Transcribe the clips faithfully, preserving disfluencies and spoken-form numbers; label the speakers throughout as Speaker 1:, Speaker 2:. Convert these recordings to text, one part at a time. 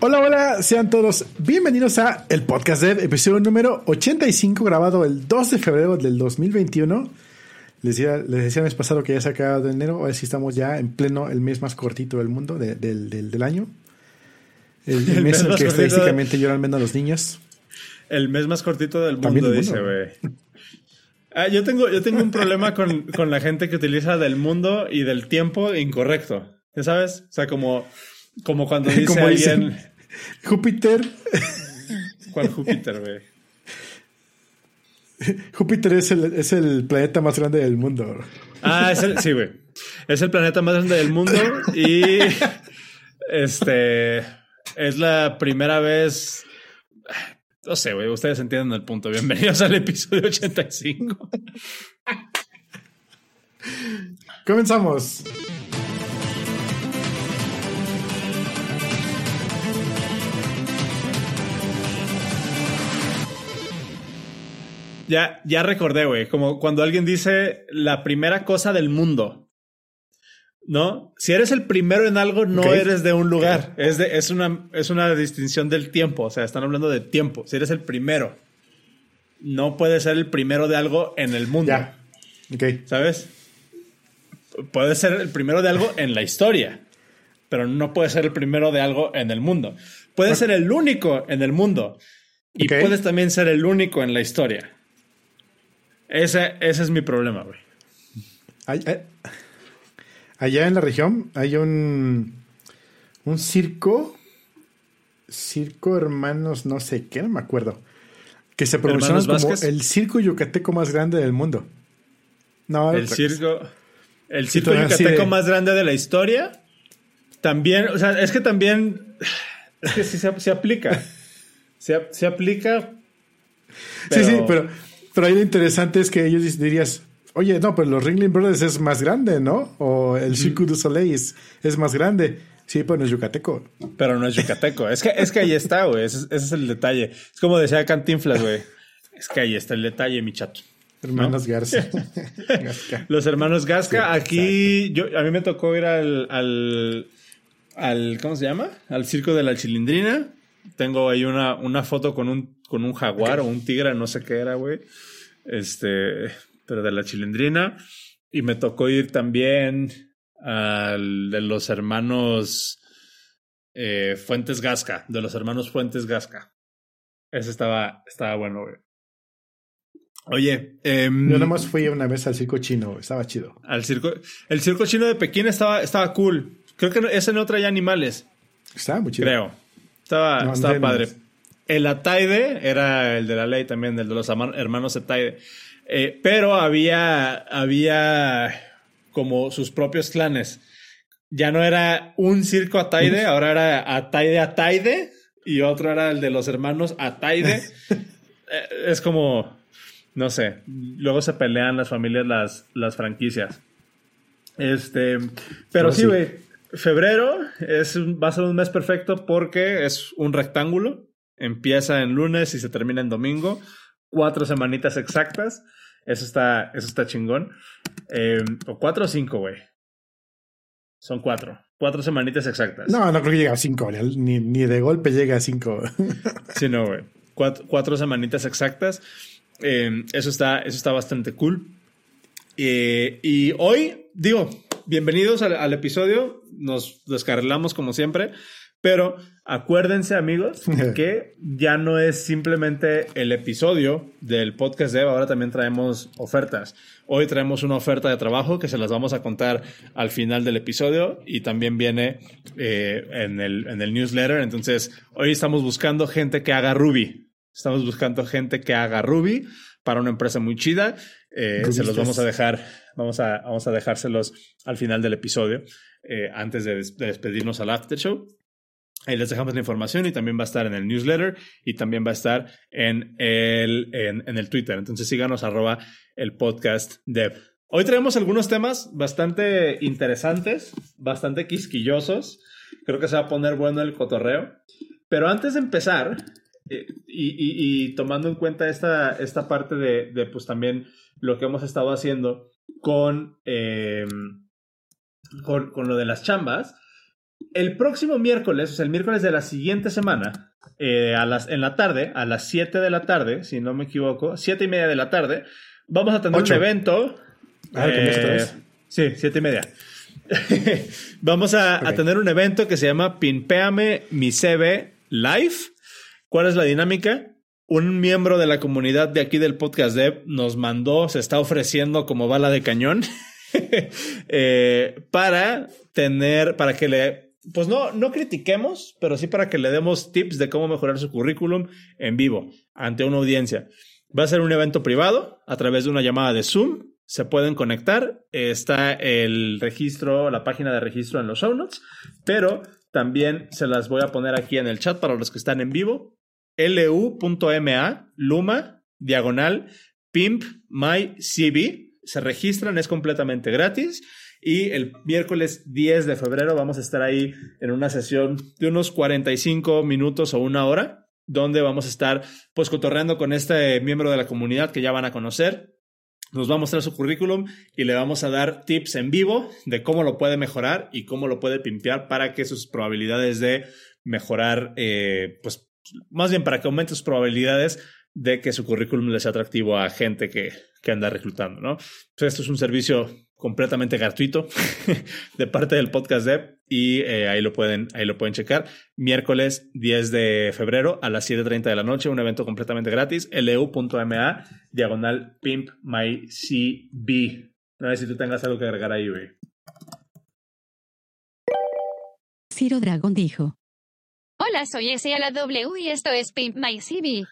Speaker 1: Hola, hola, sean todos bienvenidos a el Podcast Dev, episodio número ochenta y cinco, grabado el dos de febrero del dos mil veintiuno. Les decía, les decía el mes pasado que ya se acaba de enero, ahora sí estamos ya en pleno, el mes más cortito del mundo, de, del, del, del año. El, el, el mes en el que estadísticamente lloran menos los niños.
Speaker 2: El mes más cortito del mundo, del dice, güey. Ah, yo tengo, yo tengo un problema con, con la gente que utiliza del mundo y del tiempo incorrecto. ¿Ya sabes? O sea, como, como cuando dice como alguien... Dicen,
Speaker 1: Júpiter.
Speaker 2: ¿Cuál Júpiter, güey?
Speaker 1: Júpiter es el, es el planeta más grande del mundo.
Speaker 2: Ah, es el, sí, güey. Es el planeta más grande del mundo y este es la primera vez... No sé, güey. Ustedes entienden el punto. Bienvenidos al episodio ochenta y cinco.
Speaker 1: Comenzamos.
Speaker 2: Ya, ya recordé, güey. Como cuando alguien dice la primera cosa del mundo, ¿no? Si eres el primero en algo, no okay. eres de un lugar. Okay. Es, de, es, una, es una distinción del tiempo. O sea, están hablando de tiempo. Si eres el primero, no puedes ser el primero de algo en el mundo.
Speaker 1: Ya. Okay.
Speaker 2: ¿Sabes? Puedes ser el primero de algo en la historia, pero no puedes ser el primero de algo en el mundo. Puedes okay. ser el único en el mundo y okay. puedes también ser el único en la historia. Ese, ese es mi problema, güey.
Speaker 1: Allá en la región hay un, un circo, circo hermanos no sé qué, no me acuerdo, que se pronuncian como Vázquez. El circo yucateco más grande del mundo. No,
Speaker 2: el circo, el circo yucateco de... más grande de la historia. También, o sea, es que también, es que sí se, se aplica, se, se aplica.
Speaker 1: Pero... Sí, sí, pero, pero ahí lo interesante es que ellos dirías, oye, no, pero los Ringling Brothers es más grande, ¿no? O el Cirque du Soleil es, es más grande. Sí, pero no es yucateco.
Speaker 2: Pero no es yucateco. es, que, es que ahí está, güey. Ese, ese es el detalle. Es como decía Cantinflas, güey. Es que ahí está el detalle, mi chato.
Speaker 1: Hermanos ¿no? Garza.
Speaker 2: Los hermanos Gasca. Sí, aquí, yo, a mí me tocó ir al, al, al, ¿cómo se llama? Al circo de la Chilindrina. Tengo ahí una, una foto con un, con un jaguar okay. o un tigre, no sé qué era, güey. Este... pero de la Chilindrina, y me tocó ir también al de los hermanos eh, Fuentes Gasca, de los hermanos Fuentes Gasca. Ese estaba, estaba bueno, güey. Oye, eh,
Speaker 1: yo nada más fui una vez al circo chino, estaba chido.
Speaker 2: Al circo, el circo chino de Pekín estaba, estaba cool. Creo que ese no traía animales.
Speaker 1: Estaba muy chido.
Speaker 2: Creo. Estaba, no, estaba padre. Más. El Ataide era el de la ley también, el de los hermanos Ataide. Eh, pero había, había como sus propios clanes. Ya no era un circo Ataide, ahora era Ataide Ataide y otro era el de los hermanos Ataide. eh, es como, no sé, luego se pelean las familias, las, las franquicias. Este, pero oh, sí, güey, sí. Febrero es, va a ser un mes perfecto porque es un rectángulo. Empieza en lunes y se termina en domingo. Cuatro semanitas exactas. Eso está, eso está chingón. Eh, o cuatro o cinco, güey. Son cuatro. Cuatro semanitas exactas.
Speaker 1: No, no creo que llegue a cinco. Ni, ni de golpe llega a cinco.
Speaker 2: Sí, no, güey. Cuatro, cuatro semanitas exactas. Eh, eso está, eso está bastante cool. Eh, y hoy, digo, bienvenidos al, al episodio. Nos descarrilamos como siempre. Pero acuérdense, amigos, que ya no es simplemente el episodio del Podcast Dev. Ahora también traemos ofertas. Hoy traemos una oferta de trabajo que se las vamos a contar al final del episodio y también viene eh, en, el, en el newsletter. Entonces, hoy estamos buscando gente que haga Ruby. Estamos buscando gente que haga Ruby para una empresa muy chida. Eh, se los vamos a dejar, vamos a, vamos a dejárselos al final del episodio eh, antes de, des- de despedirnos al after show. Ahí les dejamos la información y también va a estar en el newsletter y también va a estar en el, en, en el Twitter. Entonces síganos arroba el podcast dev. Hoy traemos algunos temas bastante interesantes, bastante quisquillosos. Creo que se va a poner bueno el cotorreo. Pero antes de empezar, eh, y, y, y tomando en cuenta esta, esta parte de, de pues también lo que hemos estado haciendo con, eh, con, con lo de las chambas, el próximo miércoles, o sea, el miércoles de la siguiente semana, eh, a las, en la tarde, a las siete de la tarde, si no me equivoco, siete y media de la tarde, vamos a tener
Speaker 1: Ocho.
Speaker 2: un evento.
Speaker 1: Ah, ¿qué
Speaker 2: eh,
Speaker 1: es?
Speaker 2: Sí, siete y media. Vamos a, okay. a tener un evento que se llama Pimpeame Mi C V Live. ¿Cuál es la dinámica? Un miembro de la comunidad de aquí del Podcast Dev nos mandó, se está ofreciendo como bala de cañón eh, para tener, para que le, pues no, no critiquemos, pero sí para que le demos tips de cómo mejorar su currículum en vivo ante una audiencia. Va a ser un evento privado a través de una llamada de Zoom. Se pueden conectar. Está el registro, la página de registro en los show notes, pero también se las voy a poner aquí en el chat para los que están en vivo. lu.ma, Luma, diagonal, Pimp My C V. Se registran, es completamente gratis. Y el miércoles diez de febrero vamos a estar ahí en una sesión de unos cuarenta y cinco minutos o una hora, donde vamos a estar pues cotorreando con este miembro de la comunidad que ya van a conocer. Nos va a mostrar su currículum y le vamos a dar tips en vivo de cómo lo puede mejorar y cómo lo puede pimpear para que sus probabilidades de mejorar, eh, pues más bien para que aumente sus probabilidades de que su currículum le sea atractivo a gente que, que anda reclutando, ¿no? Pues esto es un servicio completamente gratuito de parte del Podcast Dev y eh, ahí lo pueden ahí lo pueden checar. Miércoles diez de febrero a las siete treinta de la noche, un evento completamente gratis, lu.ma, diagonal Pimp My C V. No sé si tú tengas algo que agregar ahí, güey.
Speaker 3: Ciro Dragón dijo:
Speaker 4: Hola, soy S a la W y esto es Pimp My C V.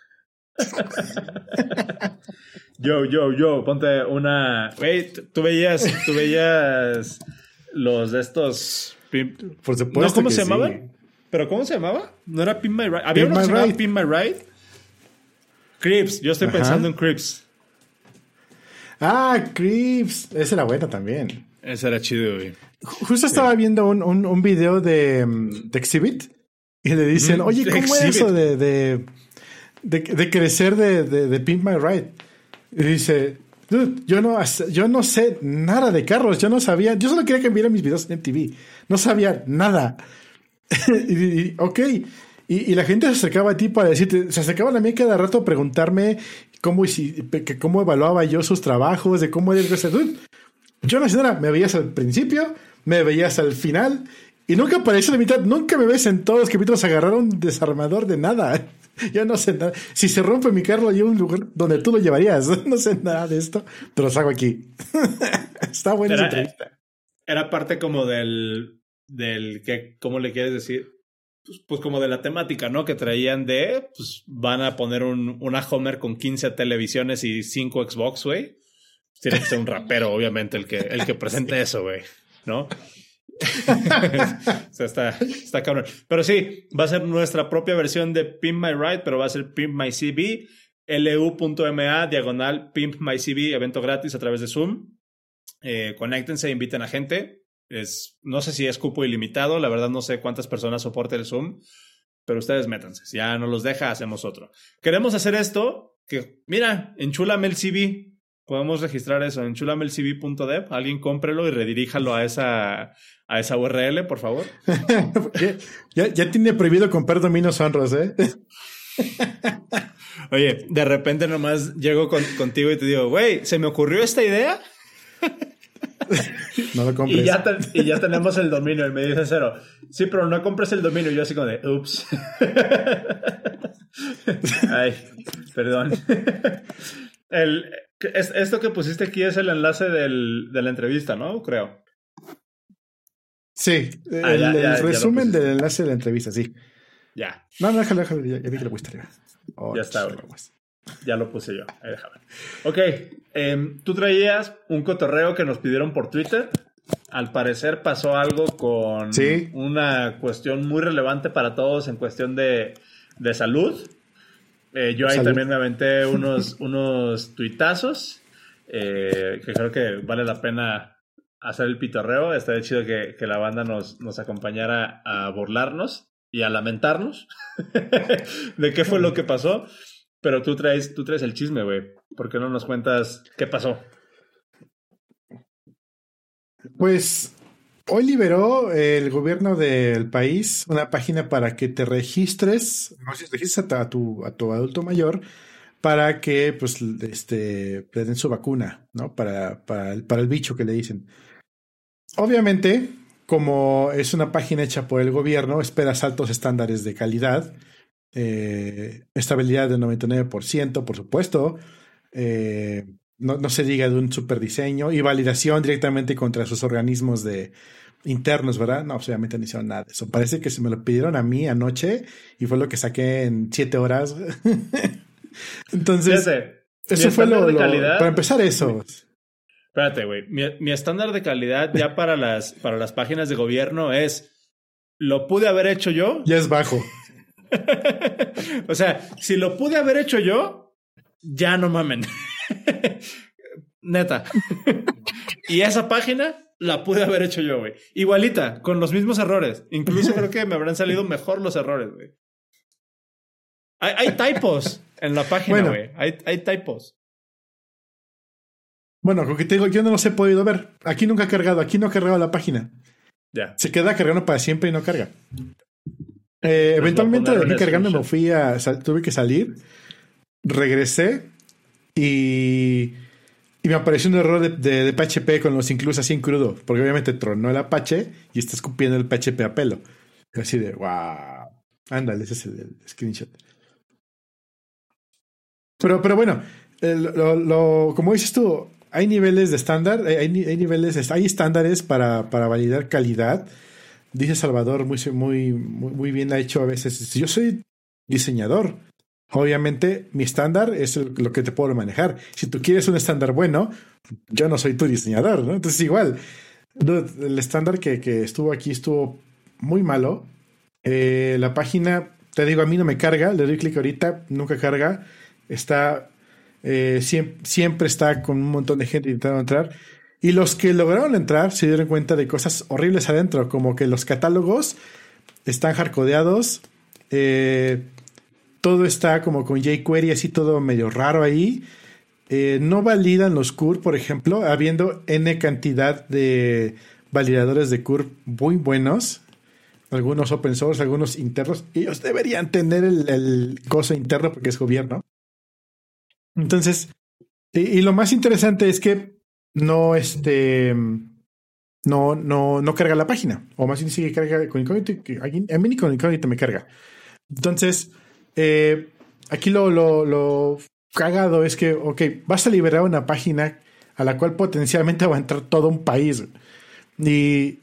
Speaker 2: Yo, yo, yo, ponte una... Güey, tú veías, tú veías los de estos... Pimp...
Speaker 1: Por supuesto.
Speaker 2: ¿No? ¿Cómo
Speaker 1: que
Speaker 2: se
Speaker 1: sí.
Speaker 2: llamaban? ¿Pero cómo se llamaba? ¿No era Pimp My Ride? ¿Había
Speaker 1: Pimp
Speaker 2: uno que
Speaker 1: My
Speaker 2: se llamaba
Speaker 1: Ride.
Speaker 2: Pimp My Ride? Crips, yo estoy
Speaker 1: Ajá.
Speaker 2: pensando en Crips.
Speaker 1: Ah, Creeps. Esa era buena también.
Speaker 2: Ese era chido, güey.
Speaker 1: Justo estaba viendo un, un, un video de, de Exhibit y le dicen,
Speaker 2: Mm,
Speaker 1: oye, ¿cómo
Speaker 2: Exhibit.
Speaker 1: es eso de, de, de, de crecer de, de, de Pimp My Ride? Y dice, dude, yo no, yo no sé nada de carros, yo no sabía, yo solo quería que viera mis videos en M T V, no sabía nada. y, y, ok, y, y la gente se acercaba a ti para decirte, se acercaban a mí cada rato a preguntarme cómo, que cómo evaluaba yo sus trabajos, de cómo era el dude. Yo no sé nada, me veías al principio, me veías al final y nunca apareció de mitad, nunca me ves en todos los capítulos agarrar un desarmador de nada. Yo no sé nada. Si se rompe mi carro, hay un lugar donde tú lo llevarías. No sé nada de esto, pero los hago aquí. Está buena esa
Speaker 2: Era,
Speaker 1: entrevista.
Speaker 2: era parte como del... del que, ¿cómo le quieres decir? Pues, pues como de la temática, ¿no? Que traían de, pues van a poner un, una Homer con quince televisiones y cinco Xbox, güey. Tiene que ser un rapero, obviamente, el que, el que presente sí. eso, güey, ¿no? O sea, está, está cabrón. Pero sí, va a ser nuestra propia versión de Pimp My Ride, pero va a ser Pimp My C V, lu.ma, diagonal, Pimp My C V, evento gratis a través de Zoom. Eh, conéctense, inviten a gente. Es, no sé si es cupo ilimitado, la verdad no sé cuántas personas soporte el Zoom, pero ustedes métanse. Si ya no los deja, hacemos otro. Queremos hacer esto, que mira, enchúlame el C V. Podemos registrar eso en chulamelcv punto dev. Alguien cómprelo y rediríjalo a esa, a esa U R L, por favor.
Speaker 1: ya, ya, ya tiene prohibido comprar dominios honros, ¿eh?
Speaker 2: Oye, de repente nomás llego con, contigo y te digo, güey, ¿se me ocurrió esta idea?
Speaker 1: No lo compres.
Speaker 2: Y ya, te, y ya tenemos el dominio. Y me dice Cero, sí, pero no compres el dominio. Y yo así como de, ups. Ay, perdón. El... Esto que pusiste aquí es el enlace del, de la entrevista, ¿no? Creo.
Speaker 1: Sí,
Speaker 2: ah,
Speaker 1: el,
Speaker 2: ya, ya,
Speaker 1: el resumen del enlace de la entrevista, sí.
Speaker 2: Ya.
Speaker 1: No, no, déjalo, déjalo. Ya, ya vi que lo pusiste arriba. Oh,
Speaker 2: ya está, güey. Ya lo puse yo. Ahí déjame. Ok. Eh, tú traías un cotorreo que nos pidieron por Twitter. Al parecer pasó algo con
Speaker 1: ¿Sí?
Speaker 2: una cuestión muy relevante para todos en cuestión de, de salud. Eh, yo ahí Salud. También me aventé unos, unos tuitazos eh, que creo que vale la pena hacer el pitorreo. Estaría chido que, que la banda nos, nos acompañara a burlarnos y a lamentarnos de qué fue lo que pasó. Pero tú traes, tú traes el chisme, güey. ¿Por qué no nos cuentas qué pasó?
Speaker 1: Pues Hoy liberó el gobierno del país una página para que te registres, no sé, registres a tu, a tu adulto mayor para que pues este le den su vacuna, ¿no? Para, para, el, para el bicho que le dicen. Obviamente, como es una página hecha por el gobierno, esperas altos estándares de calidad, eh, estabilidad del noventa y nueve por ciento, por supuesto, eh, no, no se diga de un super diseño y validación directamente contra sus organismos de internos, ¿verdad? No, obviamente no hicieron nada de eso. Parece que se me lo pidieron a mí anoche y fue lo que saqué en siete horas. Entonces,
Speaker 2: Fíjate,
Speaker 1: eso
Speaker 2: mi
Speaker 1: fue lo,
Speaker 2: estándar de
Speaker 1: lo-
Speaker 2: calidad.
Speaker 1: para empezar eso.
Speaker 2: Espérate, güey. Mi, mi estándar de calidad ya para las, para las páginas de gobierno es: ¿lo pude haber hecho yo?
Speaker 1: Ya es bajo.
Speaker 2: O sea, si lo pude haber hecho yo, ya no mamen. Neta. Y esa página la pude haber hecho yo, güey. Igualita, con los mismos errores. Incluso creo que me habrán salido mejor los errores, güey. Hay, hay typos en la página,
Speaker 1: Bueno.
Speaker 2: güey. Hay, hay typos.
Speaker 1: Bueno, con que te digo, yo no los he podido ver. Aquí nunca ha cargado, aquí no ha cargado la página.
Speaker 2: Ya.
Speaker 1: Se queda cargando para siempre y no carga. Eh, eventualmente
Speaker 2: voy a
Speaker 1: de
Speaker 2: poner
Speaker 1: aquí
Speaker 2: un
Speaker 1: cargando me
Speaker 2: screenshot.
Speaker 1: fui a... sal- tuve que salir, regresé y... Y me apareció un error de, de, de P H P con los inclusos así en crudo. Porque obviamente tronó el Apache y está escupiendo el P H P a pelo. Y así de, wow. Ándale, ese es el, el screenshot. Pero, pero bueno, el- lo, lo- como dices tú, hay niveles de estándar, hay, hay ni- hay niveles, hay estándares para, para validar calidad. Dice Salvador, muy, muy, muy, muy bien ha hecho a veces. Si yo soy diseñador, obviamente mi estándar es el- lo que te puedo manejar. Si tú quieres un estándar bueno, yo no soy tu diseñador, ¿no? Entonces igual, no, el estándar que, que estuvo aquí estuvo muy malo. Eh, la página, te digo, a mí no me carga, le doy clic ahorita, nunca carga. Está, eh, siem- siempre está con un montón de gente intentando entrar. Y los que lograron entrar se dieron cuenta de cosas horribles adentro, como que los catálogos están hardcodeados, eh, todo está como con jQuery, así todo medio raro ahí. Eh, no validan los C U R, por ejemplo, habiendo N cantidad de validadores de C U R muy buenos, algunos open source, algunos internos. Ellos deberían tener el, el coso interno porque es gobierno. Entonces, y, y lo más interesante es que no, este, no, no, no carga la página, o más bien sigue carga con incógnito. que aquí- A mí ni con incógnito me carga. Entonces, eh, aquí lo, lo, lo cagado es que, ok, vas a liberar una página a la cual potencialmente va a entrar todo un país. Y,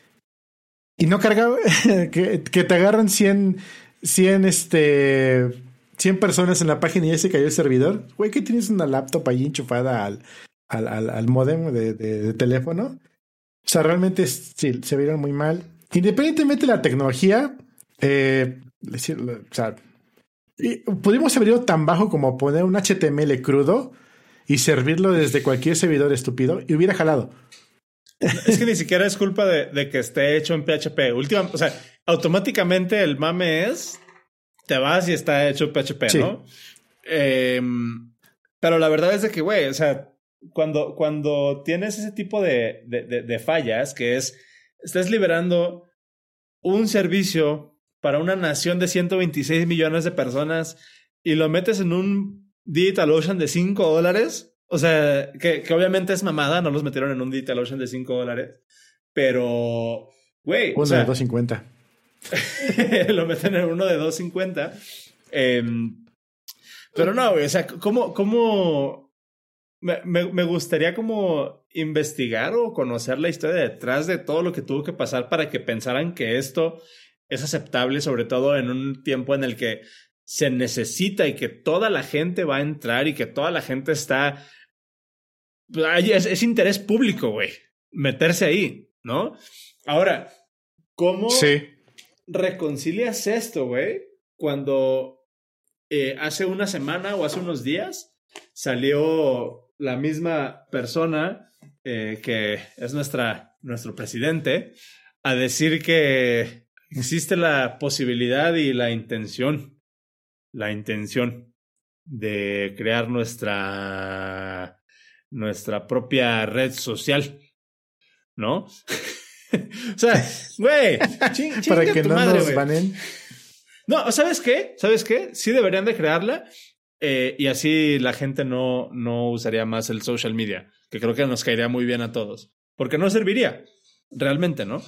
Speaker 1: y no carga, que, que te agarran cien, cien, este, cien personas en la página y ya se cayó el servidor. Güey, que tienes una laptop ahí enchufada al, al, al, al modem de, de, de teléfono. O sea, realmente sí, se vieron muy mal. Independientemente de la tecnología, eh, decir, o sea, y pudimos haber ido tan bajo como poner un H T M L crudo y servirlo desde cualquier servidor estúpido y hubiera jalado.
Speaker 2: Es que ni siquiera es culpa de, de que esté hecho en P H P. Última, o sea, automáticamente el mame es, te vas y está hecho en P H P,
Speaker 1: Sí.
Speaker 2: ¿no? Eh, pero la verdad es de que, güey, o sea, cuando, cuando tienes ese tipo de, de, de, de fallas, que es, estás liberando un servicio para una nación de ciento veintiséis millones de personas y lo metes en un DigitalOcean de cinco dólares. O sea, que, que obviamente es mamada, no los metieron en un DigitalOcean de cinco dólares. Pero, güey,
Speaker 1: Uno
Speaker 2: o sea,
Speaker 1: de doscientos cincuenta.
Speaker 2: lo meten en uno de doscientos cincuenta. Eh, pero no, güey, o sea, ¿cómo, cómo me, me, me gustaría como investigar o conocer la historia detrás de todo lo que tuvo que pasar para que pensaran que esto es aceptable, sobre todo en un tiempo en el que se necesita y que toda la gente va a entrar y que toda la gente está... Es, es interés público, güey, meterse ahí, ¿no? Ahora, ¿cómo
Speaker 1: Sí.
Speaker 2: reconcilias esto, güey? Cuando eh, hace una semana o hace unos días salió la misma persona eh, que es nuestra, nuestro presidente a decir que existe la posibilidad y la intención, la intención de crear nuestra, nuestra propia red social, ¿no? O sea, güey, ching,
Speaker 1: para que
Speaker 2: tu
Speaker 1: no
Speaker 2: madre,
Speaker 1: nos
Speaker 2: güey.
Speaker 1: banen.
Speaker 2: No, ¿sabes qué? ¿Sabes qué? Sí deberían de crearla eh, y así la gente no, no usaría más el social media, que creo que nos caería muy bien a todos. Porque no serviría, realmente, ¿no?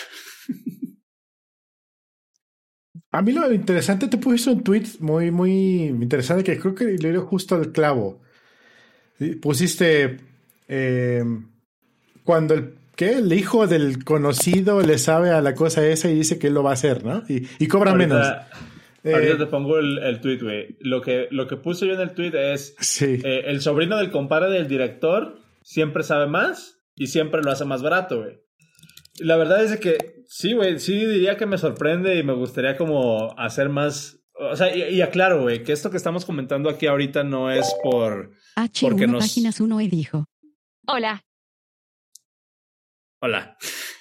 Speaker 1: A mí lo interesante, te pusiste un tweet muy, muy interesante que creo que le dio justo al clavo. Pusiste eh, cuando el, ¿qué? El hijo del conocido le sabe a la cosa esa y dice que él lo va a hacer, ¿no? Y, y cobra
Speaker 2: ahorita,
Speaker 1: menos.
Speaker 2: Ahorita
Speaker 1: Eh,
Speaker 2: te pongo el, el tweet, güey. Lo que, lo que puse yo en el tweet es
Speaker 1: sí.
Speaker 2: eh, el sobrino del compadre del director siempre sabe más y siempre lo hace más barato, güey. La verdad es de que sí, güey, sí diría que me sorprende y me gustaría como hacer más... O sea, y, y aclaro, güey, que esto que estamos comentando aquí ahorita no es por...
Speaker 3: H
Speaker 2: porque
Speaker 3: uno
Speaker 2: nos...
Speaker 3: Páginas uno E dijo.
Speaker 4: Hola.
Speaker 2: Hola.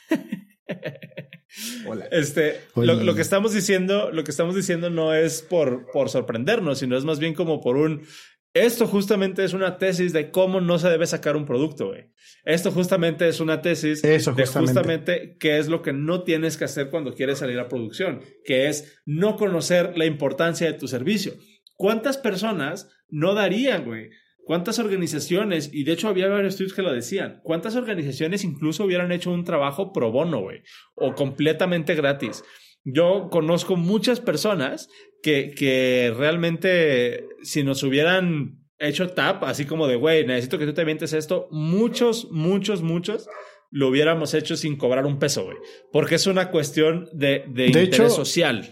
Speaker 1: Hola.
Speaker 2: Este,
Speaker 1: Hola.
Speaker 2: Lo, lo que estamos diciendo, lo que estamos diciendo no es por, por sorprendernos, sino es más bien como por un... Esto justamente es una tesis de cómo no se debe sacar un producto, güey. Esto justamente es una tesis
Speaker 1: Eso,
Speaker 2: de
Speaker 1: justamente.
Speaker 2: justamente qué es lo que no tienes que hacer cuando quieres salir a producción, que es no conocer la importancia de tu servicio. ¿Cuántas personas no darían, güey? ¿Cuántas organizaciones, y de hecho había varios tweets que lo decían, cuántas organizaciones incluso hubieran hecho un trabajo pro bono, güey, o completamente gratis? Yo conozco muchas personas que, que realmente si nos hubieran hecho tap, así como de, güey, necesito que tú te avientes esto, muchos, muchos, muchos lo hubiéramos hecho sin cobrar un peso, güey. Porque es una cuestión de, de, de interés
Speaker 1: hecho,
Speaker 2: social.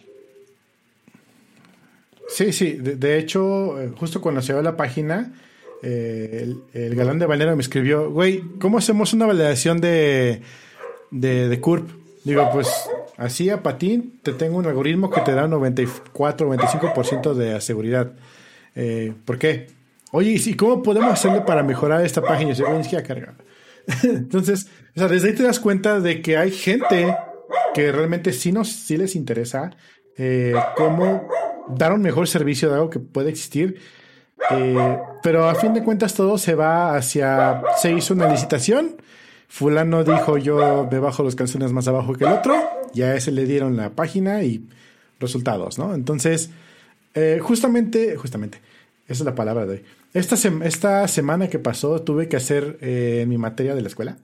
Speaker 1: Sí, sí. De, de hecho, justo cuando se ve la página, eh, el, el galán de balnero me escribió, güey, ¿cómo hacemos una validación de, de, de C U R P? Digo, pues así a patín te tengo un algoritmo que te da noventa y cuatro, noventa y cinco por ciento de seguridad. Eh, ¿Por qué? Oye, ¿y cómo podemos hacerle para mejorar esta página? Y yo, ni siquiera carga. Entonces, o sea, desde ahí te das cuenta de que hay gente que realmente sí, nos, sí les interesa eh, cómo dar un mejor servicio de algo que puede existir. Eh, pero a fin de cuentas todo se va hacia... Se hizo una licitación. Fulano dijo, yo me bajo los calzones más abajo que el otro. Y a ese le dieron la página y resultados, ¿no? Entonces, eh, justamente... Justamente... Esa es la palabra de hoy. Esta, sem- esta semana que pasó tuve que hacer eh, mi materia de la escuela.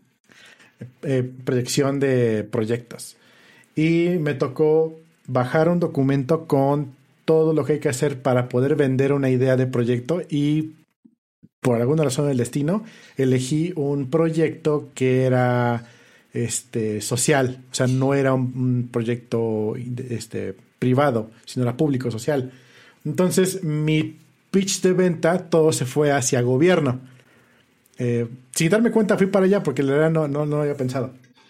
Speaker 1: Eh, proyección de proyectos. Y me tocó bajar un documento con todo lo que hay que hacer para poder vender una idea de proyecto y por alguna razón del destino elegí un proyecto que era este, social. O sea, no era un, un proyecto este, privado, sino era público, social. Entonces, mi pitch de venta, todo se fue hacia gobierno. Eh, sin darme cuenta, fui para allá porque la verdad no, no, no lo había pensado.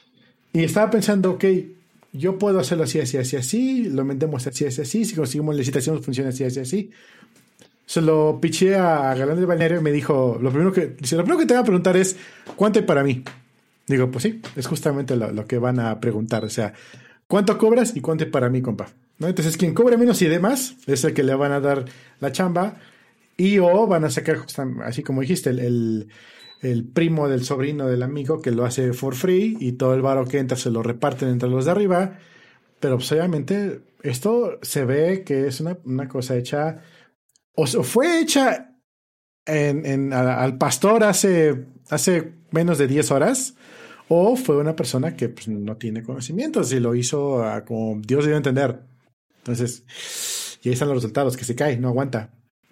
Speaker 1: Y estaba pensando, ok, yo puedo hacerlo así, así, así, así, lo vendemos así, así, así, si conseguimos licitación funciona así, así, así. Se lo pitché a Galán del Balneario y me dijo, lo primero que, dice, lo primero que te voy a preguntar es, ¿cuánto hay para mí? Digo, pues sí, es justamente lo, lo que van a preguntar, o sea, ¿cuánto cobras y cuánto hay para mí, compa? ¿No? Entonces, quien cobre menos y demás es el que le van a dar la chamba. Y o van a sacar, así como dijiste, el, el, el primo del sobrino del amigo que lo hace for free y todo el varo que entra se lo reparten entre los de arriba. Pero pues, obviamente esto se ve que es una, una cosa hecha, o fue hecha en, en, a, al pastor hace, hace menos de diez horas, o fue una persona que pues, no tiene conocimientos y lo hizo a, como Dios debe entender. Entonces, y ahí están los resultados, que se cae, no aguanta.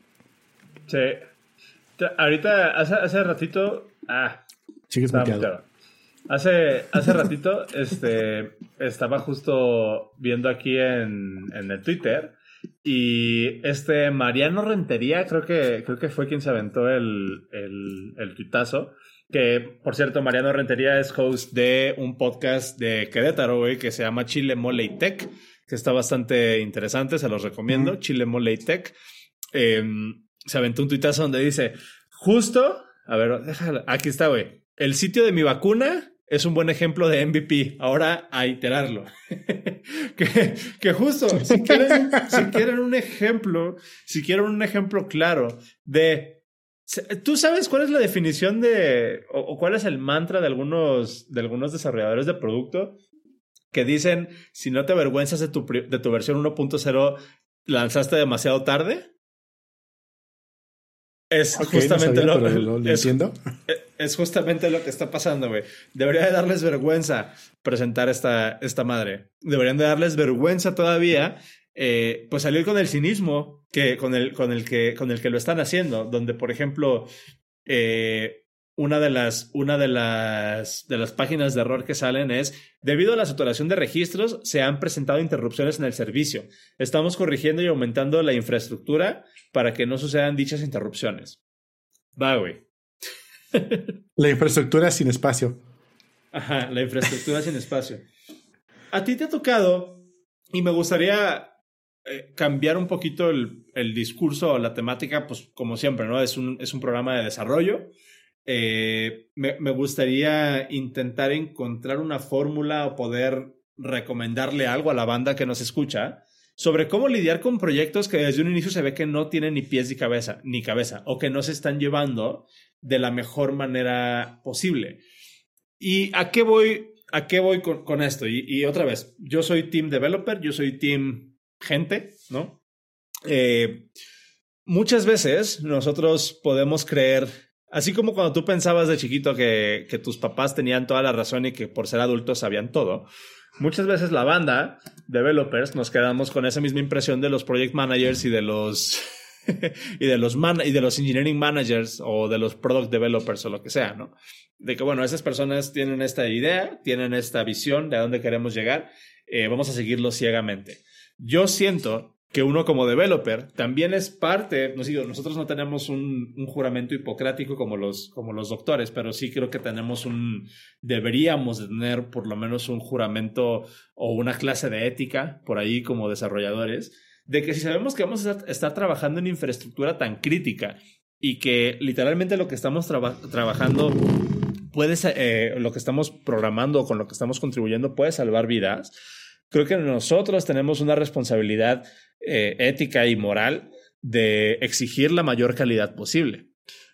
Speaker 2: Sí. Ahorita, hace, hace ratito... Ah,
Speaker 1: sigues muteado.
Speaker 2: Hace, hace ratito este, estaba justo viendo aquí en, en el Twitter y este Mariano Rentería, creo que, creo que fue quien se aventó el, el, el tuitazo. Que, por cierto, Mariano Rentería es host de un podcast de Querétaro, güey, que se llama Chile Mole y Tech, que está bastante interesante, se los recomiendo. Mm. Chile Mole y Tech. Eh, se aventó un tuitazo donde dice, justo, a ver, déjala, aquí está, güey. El sitio de mi vacuna es un buen ejemplo de M V P. Ahora a iterarlo. que, que justo, si quieren, si quieren un ejemplo, si quieren un ejemplo claro de ¿Tú sabes cuál es la definición de, o, o cuál es el mantra de algunos, de algunos desarrolladores de producto que dicen, si no te avergüenzas de tu, de tu versión uno punto cero, lanzaste demasiado tarde? Es okay, justamente no sabía, lo,
Speaker 1: lo, lo
Speaker 2: es,
Speaker 1: entiendo.
Speaker 2: Es justamente lo que está pasando, güey. Debería de darles vergüenza presentar esta, esta madre. Deberían de darles vergüenza todavía, eh, pues salir con el cinismo que, con, el, con, el que, con el que lo están haciendo. Donde, por ejemplo, eh, una, de las, una de, las, de las páginas de error que salen es, debido a la saturación de registros, se han presentado interrupciones en el servicio. Estamos corrigiendo y aumentando la infraestructura para que no sucedan dichas interrupciones. Va, güey.
Speaker 1: La infraestructura sin espacio.
Speaker 2: Ajá, la infraestructura sin espacio. A ti te ha tocado, y me gustaría eh, cambiar un poquito el, el discurso o la temática, pues como siempre, ¿no? Es un, es un programa de desarrollo. Eh, me, me gustaría intentar encontrar una fórmula o poder recomendarle algo a la banda que nos escucha sobre cómo lidiar con proyectos que desde un inicio se ve que no tienen ni pies ni cabeza, ni cabeza, o que no se están llevando de la mejor manera posible. ¿Y a qué voy, a qué voy con, con esto? Y, y otra vez, yo soy team developer, yo soy team gente, ¿no? Eh, muchas veces nosotros podemos creer, así como cuando tú pensabas de chiquito que, que tus papás tenían toda la razón y que por ser adultos sabían todo, muchas veces la banda, developers, nos quedamos con esa misma impresión de los project managers y de los y de los man y de los engineering managers o de los product developers o lo que sea, ¿no? De que, bueno, esas personas tienen esta idea, tienen esta visión de a dónde queremos llegar, eh, vamos a seguirlo ciegamente. Yo siento que uno como developer también es parte, no sé, nosotros no tenemos un, un juramento hipocrático como los, como los doctores, pero sí creo que tenemos un, deberíamos de tener por lo menos un juramento o una clase de ética por ahí como desarrolladores, de que si sabemos que vamos a estar, estar trabajando en infraestructura tan crítica y que literalmente lo que estamos traba- trabajando puede ser, eh, lo que estamos programando o con lo que estamos contribuyendo puede salvar vidas, creo que nosotros tenemos una responsabilidad eh, ética y moral de exigir la mayor calidad posible.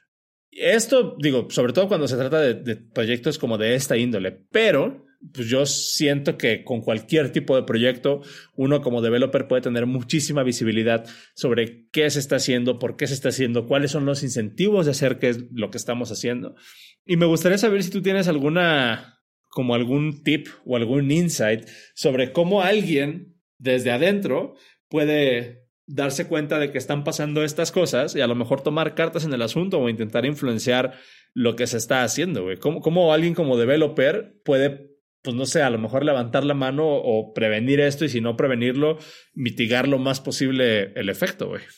Speaker 2: Esto, digo, sobre todo cuando se trata de, de proyectos como de esta índole, pero pues yo siento que con cualquier tipo de proyecto, uno como developer puede tener muchísima visibilidad sobre qué se está haciendo, por qué se está haciendo, cuáles son los incentivos de hacer qué es lo que estamos haciendo. Y me gustaría saber si tú tienes alguna, como algún tip o algún insight sobre cómo alguien desde adentro puede darse cuenta de que están pasando estas cosas y a lo mejor tomar cartas en el asunto o intentar influenciar lo que se está haciendo, güey. ¿Cómo, cómo alguien como developer puede, pues no sé, a lo mejor levantar la mano o prevenir esto y si no prevenirlo, mitigar lo más posible el efecto, güey?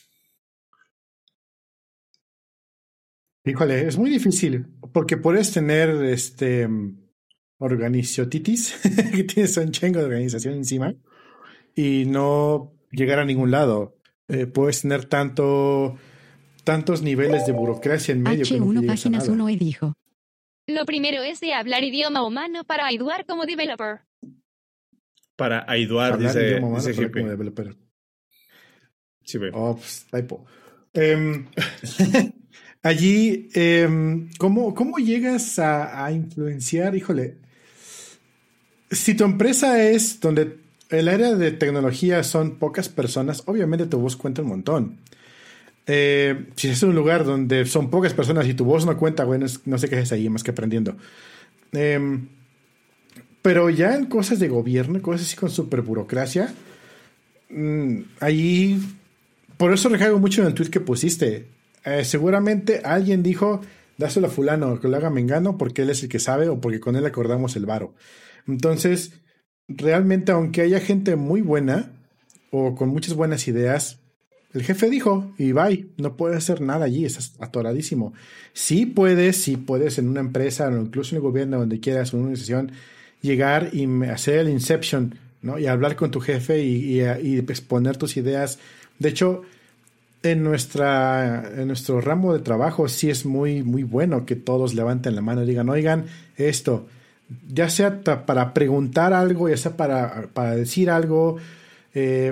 Speaker 1: Híjole, es muy difícil porque puedes tener este organiziotitis, que tienes un chingo de organización encima y no llegar a ningún lado. Eh, puedes tener tanto, tantos niveles de burocracia en medio
Speaker 3: H
Speaker 1: que no
Speaker 3: uno
Speaker 1: llegas a
Speaker 3: páginas
Speaker 1: nada.
Speaker 3: uno e dijo.
Speaker 4: Lo primero es de hablar idioma humano para ayudar como developer.
Speaker 2: Para ayudar,
Speaker 1: Hablar
Speaker 2: dice,
Speaker 1: idioma humano,
Speaker 2: dice
Speaker 1: pero
Speaker 2: Hippie.
Speaker 1: como developer.
Speaker 2: Sí, güey.
Speaker 1: Oh, pues, typo. Um, allí, um, ¿cómo, ¿cómo llegas a, a influenciar? Híjole, si tu empresa es donde el área de tecnología son pocas personas, obviamente tu voz cuenta un montón. Eh, si es un lugar donde son pocas personas y tu voz no cuenta, bueno, no sé qué es ahí, más que aprendiendo. Eh, pero ya en cosas de gobierno, cosas así con super burocracia, mmm, ahí, por eso recargo mucho en el tweet que pusiste. Eh, seguramente alguien dijo, dáselo a fulano, que lo haga mengano, porque él es el que sabe o porque con él acordamos el varo. Entonces, realmente, aunque haya gente muy buena o con muchas buenas ideas, el jefe dijo, y bye, no puedes hacer nada allí, estás atoradísimo. Sí puedes, sí puedes en una empresa o incluso en el gobierno, donde quieras, en una organización, llegar y hacer el inception, ¿no? Y hablar con tu jefe y, y, y exponer tus ideas. De hecho, en, nuestra, en nuestro ramo de trabajo sí es muy, muy bueno que todos levanten la mano y digan, oigan, esto, ya sea para preguntar algo, ya sea para, para decir algo, eh,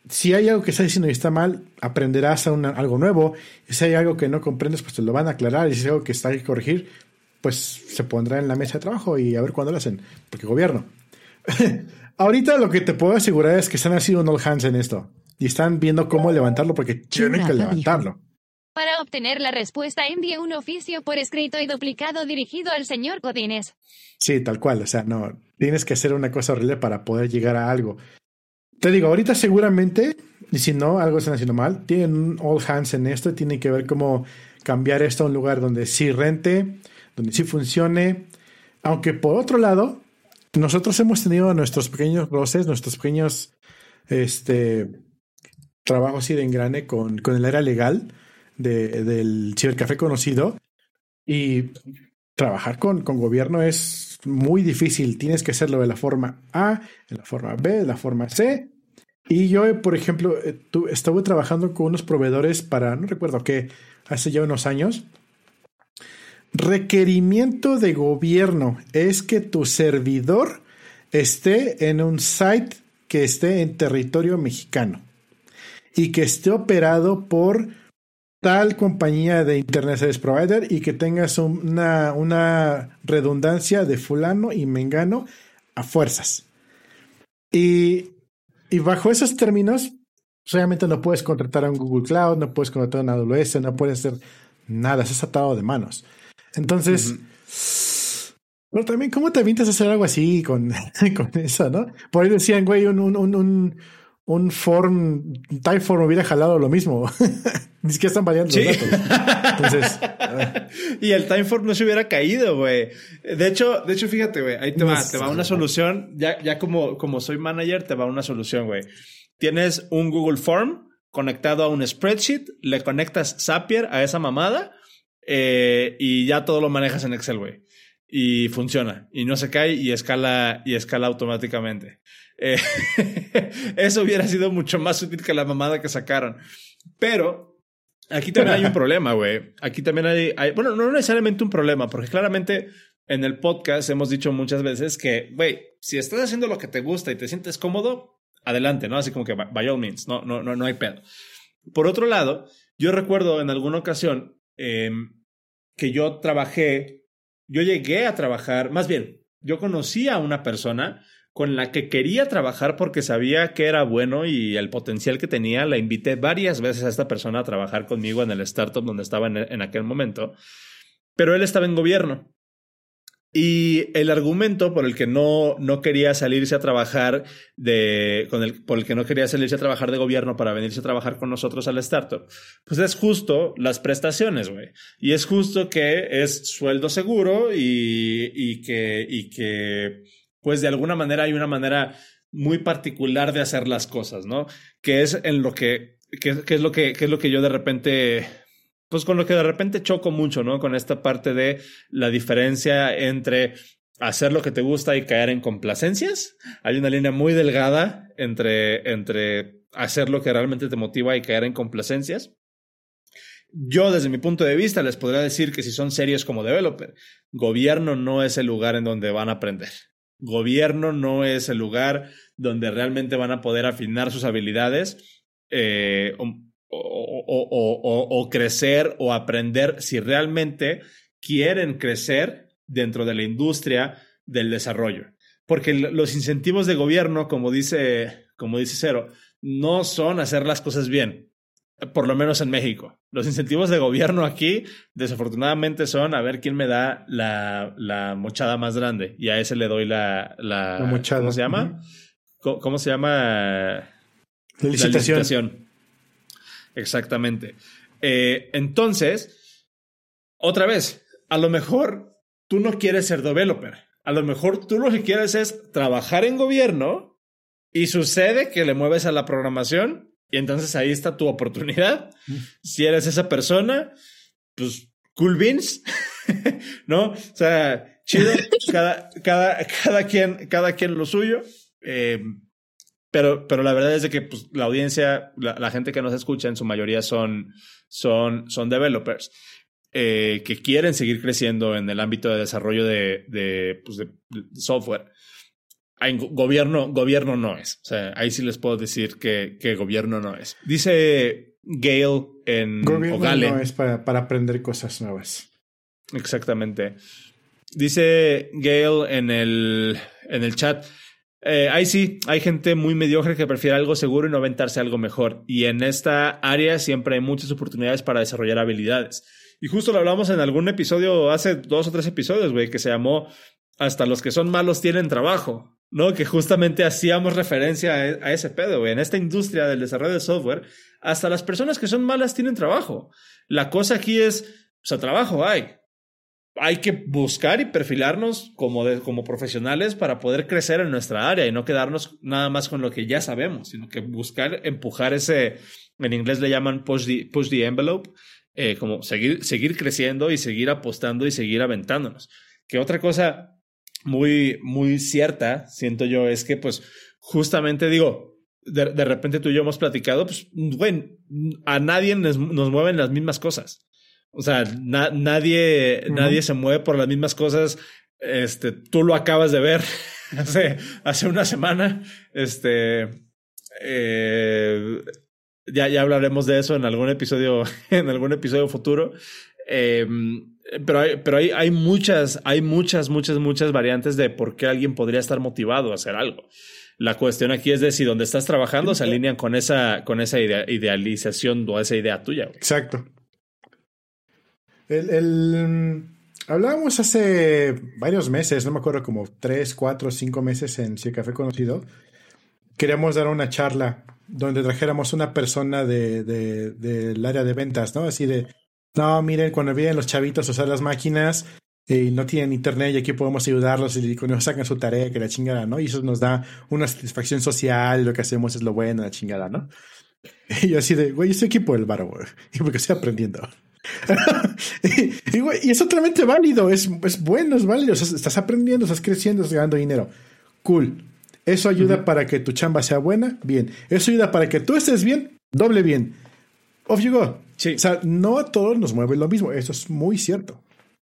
Speaker 1: si hay algo que estás diciendo y está mal, aprenderás a una, algo nuevo. Y si hay algo que no comprendes, pues te lo van a aclarar. Y si hay algo que está que corregir, pues se pondrá en la mesa de trabajo y a ver cuándo lo hacen. Porque gobierno. Ahorita lo que te puedo asegurar es que están haciendo un all hands en esto. Y están viendo cómo levantarlo porque tienen que levantarlo.
Speaker 4: Para obtener la respuesta, envíe un oficio por escrito y duplicado dirigido al señor Godínez.
Speaker 1: Sí, tal cual. O sea, no, tienes que hacer una cosa horrible para poder llegar a algo. Te digo, ahorita seguramente, y si no, algo están haciendo mal, tienen un all hands en esto y tienen que ver cómo cambiar esto a un lugar donde sí rente, donde sí funcione. Aunque por otro lado, nosotros hemos tenido nuestros pequeños roces, nuestros pequeños este, trabajos así de engrane con, con el área legal de, del cibercafé conocido. Y trabajar con, con gobierno es muy difícil. Tienes que hacerlo de la forma A, de la forma B, de la forma C. Y yo, por ejemplo, tu, estuve trabajando con unos proveedores para, no recuerdo qué, hace ya unos años. Requerimiento de gobierno es que tu servidor esté en un site que esté en territorio mexicano y que esté operado por tal compañía de Internet Service Provider y que tengas una, una redundancia de fulano y mengano a fuerzas. Y, y bajo esos términos, realmente no puedes contratar a un Google Cloud, no puedes contratar a una A W S, no puedes hacer nada, estás atado de manos. Entonces, uh-huh. Pero también, ¿cómo te avientas a hacer algo así con, con eso, no? Por ahí decían, güey, un, un, un, un, un form, un Typeform hubiera jalado lo mismo. Ni siquiera están variando sí. los datos. Entonces,
Speaker 2: y el Typeform no se hubiera caído, güey. De hecho, de hecho, fíjate, güey, ahí te va, no, te va una solución. Ya, ya como, como soy manager, te va una solución, güey. Tienes un Google Form conectado a un spreadsheet, le conectas Zapier a esa mamada eh, y ya todo lo manejas en Excel, güey. Y funciona. Y no se cae y escala, y escala automáticamente. Eh, eso hubiera sido mucho más útil que la mamada que sacaron. Pero aquí también hay un problema, güey. Aquí también hay, hay... Bueno, no necesariamente un problema, porque claramente en el podcast hemos dicho muchas veces que, güey, si estás haciendo lo que te gusta y te sientes cómodo, adelante, ¿no? Así como que by all means, no, no, no, no hay pedo. Por otro lado, yo recuerdo en alguna ocasión eh, que yo trabajé... Yo llegué a trabajar, más bien, yo conocí a una persona con la que quería trabajar porque sabía que era bueno y el potencial que tenía. La invité varias veces a esta persona a trabajar conmigo en el startup donde estaba en, en aquel momento, pero él estaba en gobierno. Y el argumento por el que no, no quería salirse a trabajar de, con el, por el que no quería salirse a trabajar de gobierno para venirse a trabajar con nosotros al startup, pues es justo las prestaciones, güey. Y es justo que es sueldo seguro y, y que, y que, pues de alguna manera hay una manera muy particular de hacer las cosas, ¿no? Que es en lo que, que, que es lo que, que es lo que yo de repente... Pues con lo que de repente choco mucho, ¿no? Con esta parte de la diferencia entre hacer lo que te gusta y caer en complacencias. Hay una línea muy delgada entre, entre hacer lo que realmente te motiva y caer en complacencias. Yo, desde mi punto de vista, les podría decir que si son serios como developer, gobierno no es el lugar en donde van a aprender. Gobierno no es el lugar donde realmente van a poder afinar sus habilidades eh, O, o, o, o crecer o aprender si realmente quieren crecer dentro de la industria del desarrollo. Porque los incentivos de gobierno, como dice, como dice Cero, no son hacer las cosas bien, por lo menos en México. Los incentivos de gobierno aquí, desafortunadamente, son a ver quién me da la, la mochada más grande. Y a ese le doy la... la,
Speaker 1: la mochada.
Speaker 2: ¿Cómo se llama? Uh-huh. ¿Cómo, ¿Cómo se llama?
Speaker 1: La licitación.
Speaker 2: La licitación. Exactamente. Eh, entonces, otra vez, a lo mejor tú no quieres ser developer. A lo mejor tú lo que quieres es trabajar en gobierno y sucede que le mueves a la programación y entonces ahí está tu oportunidad. Si eres esa persona, pues cool beans, ¿no? O sea, chido, cada, cada, cada, quien, cada quien lo suyo. Eh, Pero, pero la verdad es de que pues, la audiencia, la, la gente que nos escucha en su mayoría son, son, son developers eh, que quieren seguir creciendo en el ámbito de desarrollo de, de, pues de, de software. hay gobierno, gobierno no es. O sea, ahí sí les puedo decir que, que gobierno no es. Dice Gale en
Speaker 1: Gobierno
Speaker 2: Ogale.
Speaker 1: no es para, para aprender cosas nuevas.
Speaker 2: Exactamente. Dice Gale en el, en el chat. Eh, ahí sí, hay gente muy mediocre que prefiere algo seguro y no aventarse algo mejor. Y en esta área siempre hay muchas oportunidades para desarrollar habilidades. Y justo lo hablamos en algún episodio, hace dos o tres episodios, güey, que se llamó Hasta los que son malos tienen trabajo, ¿no? Que justamente hacíamos referencia a, a ese pedo, güey. En esta industria del desarrollo de software, hasta las personas que son malas tienen trabajo. La cosa aquí es, o sea, trabajo hay. Hay que buscar y perfilarnos como, de, como profesionales para poder crecer en nuestra área y no quedarnos nada más con lo que ya sabemos, sino que buscar empujar ese, en inglés le llaman push the, push the envelope, eh, como seguir, seguir creciendo y seguir apostando y seguir aventándonos. Que otra cosa muy, muy cierta, siento yo, es que pues justamente digo, de, de repente tú y yo hemos platicado, pues güey, a nadie nos, nos mueven las mismas cosas. O sea, na- nadie, uh-huh. nadie se mueve por las mismas cosas. Este, tú lo acabas de ver hace, hace una semana. Este, eh, ya, ya hablaremos de eso en algún episodio, en algún episodio futuro. Eh, pero hay, pero hay, hay muchas, hay muchas, muchas, muchas variantes de por qué alguien podría estar motivado a hacer algo. La cuestión aquí es de si donde estás trabajando se alinean con esa, con esa idea, idealización o esa idea tuya. Güey.
Speaker 1: Exacto. El, el, hablábamos hace varios meses, no me acuerdo, como tres, cuatro, cinco meses en Si el Café Conocido. Queríamos dar una charla donde trajéramos una persona de, de, del área de ventas, ¿no? Así de, no, miren, cuando vienen los chavitos a usar las máquinas y no tienen internet y aquí podemos ayudarlos y cuando sacan su tarea, que la chingada, ¿no? Y eso nos da una satisfacción social, lo que hacemos es lo bueno, la chingada, ¿no? Y yo así de, güey, yo soy equipo del bar, güey, porque estoy aprendiendo. y, y, güey, y es totalmente válido, es, es bueno, es válido, o sea, estás aprendiendo, estás creciendo, estás ganando dinero. Cool. Eso ayuda uh-huh. para que tu chamba sea buena, bien. Eso ayuda para que tú estés bien, doble bien. Off you go. Sí. O sea, no a todos nos mueve lo mismo, eso es muy cierto.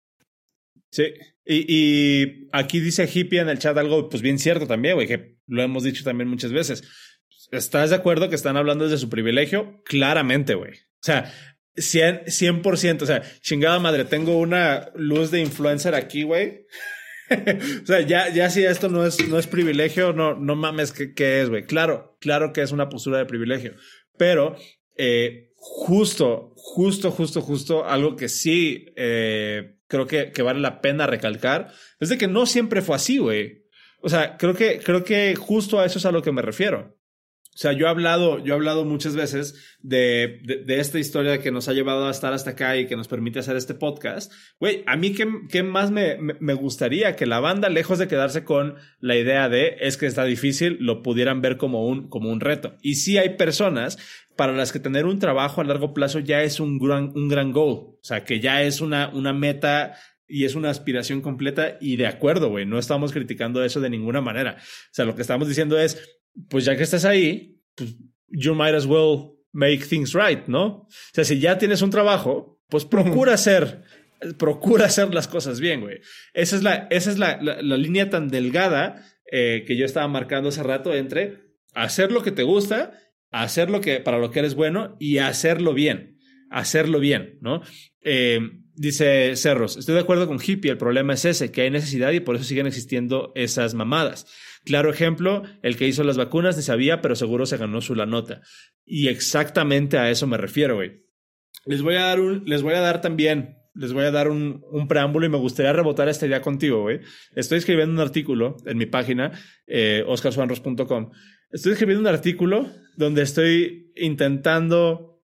Speaker 2: Sí, y, y aquí dice Hippie en el chat algo pues bien cierto también, güey, que lo hemos dicho también muchas veces. ¿Estás de acuerdo que están hablando desde su privilegio? Claramente, güey. O sea, cien por ciento. O sea, chingada madre, tengo una luz de influencer aquí, güey. O sea, ya, ya si esto no es, no es privilegio, no, no mames, ¿qué, qué es, güey? Claro, claro que es una postura de privilegio. Pero eh, justo, justo, justo, justo, algo que sí eh, creo que, que vale la pena recalcar es de que no siempre fue así, güey. O sea, creo que, creo que justo a eso es a lo que me refiero. O sea, yo he hablado, yo he hablado muchas veces de, de, de esta historia que nos ha llevado a estar hasta acá y que nos permite hacer este podcast. Güey, a mí qué, qué más me, me, me gustaría que la banda, lejos de quedarse con la idea de es que está difícil, lo pudieran ver como un, como un reto. Y sí hay personas para las que tener un trabajo a largo plazo ya es un gran, un gran goal. O sea, que ya es una, una meta y es una aspiración completa y de acuerdo, güey. No estamos criticando eso de ninguna manera. O sea, lo que estamos diciendo es, pues ya que estás ahí, pues you might as well make things right, ¿no? O sea, si ya tienes un trabajo, pues procura hacer, procura hacer las cosas bien, güey. Esa es la, esa es la, la, la línea tan delgada eh, que yo estaba marcando hace rato entre hacer lo que te gusta, hacer lo que, para lo que eres bueno y hacerlo bien, hacerlo bien, ¿no? Eh, dice Cerros, estoy de acuerdo con Hippie, el problema es ese, que hay necesidad y por eso siguen existiendo esas mamadas. Claro ejemplo, el que hizo las vacunas ni sabía, pero seguro se ganó su la nota. Y exactamente a eso me refiero, güey. Les voy a dar un, les voy a dar también, les voy a dar un, un preámbulo y me gustaría rebotar esta idea contigo, güey. Estoy escribiendo un artículo en mi página, eh, oscar suanros punto com. Estoy escribiendo un artículo donde estoy intentando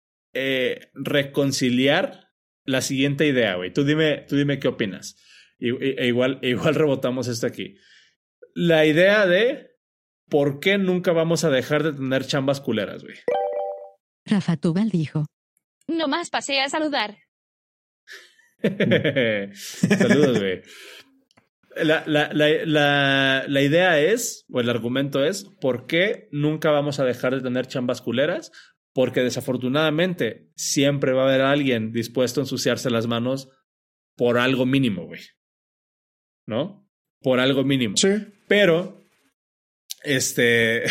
Speaker 2: eh, reconciliar la siguiente idea, güey. Tú dime, tú dime qué opinas. E, e, igual, e igual rebotamos esto aquí. La idea de por qué nunca vamos a dejar de tener chambas culeras, güey.
Speaker 3: Rafa Tubal dijo.
Speaker 4: Nomás pasé a saludar.
Speaker 2: Saludos, güey. La, la, la, la, la idea es, o el argumento es, ¿por qué nunca vamos a dejar de tener chambas culeras? Porque desafortunadamente siempre va a haber alguien dispuesto a ensuciarse las manos por algo mínimo, güey. ¿No? Por algo mínimo.
Speaker 1: Sí.
Speaker 2: Pero Este...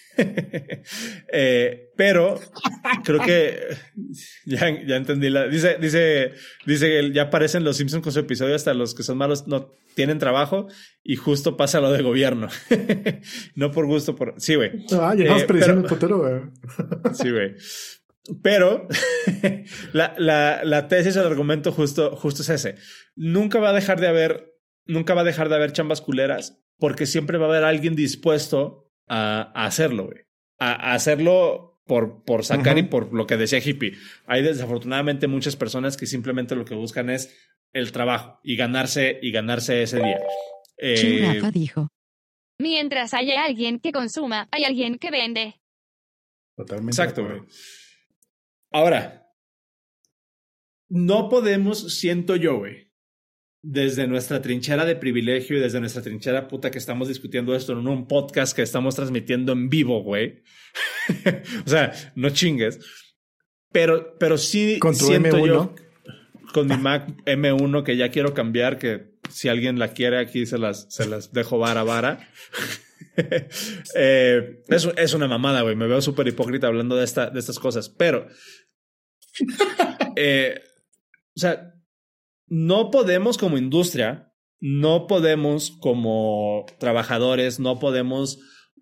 Speaker 2: eh, pero creo que ya, ya entendí la... Dice, dice, dice que ya aparecen los Simpsons con su episodio, hasta los que son malos no tienen trabajo y justo pasa lo de gobierno. No por gusto, por... Sí, güey.
Speaker 1: Ah, ya estamos eh, prediciendo el futuro, güey.
Speaker 2: Sí, güey. Pero la, la, la tesis o el argumento justo, justo es ese. Nunca va a dejar de haber, nunca va a dejar de haber chambas culeras porque siempre va a haber alguien dispuesto a, a hacerlo, güey. A, a hacerlo por, por sacar uh-huh. y por lo que decía Hippie. Hay desafortunadamente muchas personas que simplemente lo que buscan es el trabajo y ganarse, y ganarse ese día.
Speaker 3: Eh, Rafa dijo.
Speaker 4: Mientras haya alguien que consuma, hay alguien que vende.
Speaker 1: Totalmente.
Speaker 2: Exacto, güey. Ahora, no podemos, siento yo, güey, desde nuestra trinchera de privilegio y desde nuestra trinchera puta que estamos discutiendo esto en un podcast que estamos transmitiendo en vivo, güey. O sea, no chingues. Pero, pero sí
Speaker 1: con tu
Speaker 2: siento
Speaker 1: M uno.
Speaker 2: Yo, con mi Mac M uno que ya quiero cambiar, que si alguien la quiere aquí se las, se las dejo vara vara. eh, es, es una mamada, güey. Me veo súper hipócrita hablando de, esta, de estas cosas, pero eh, o sea, no podemos como industria, no podemos como trabajadores, no podemos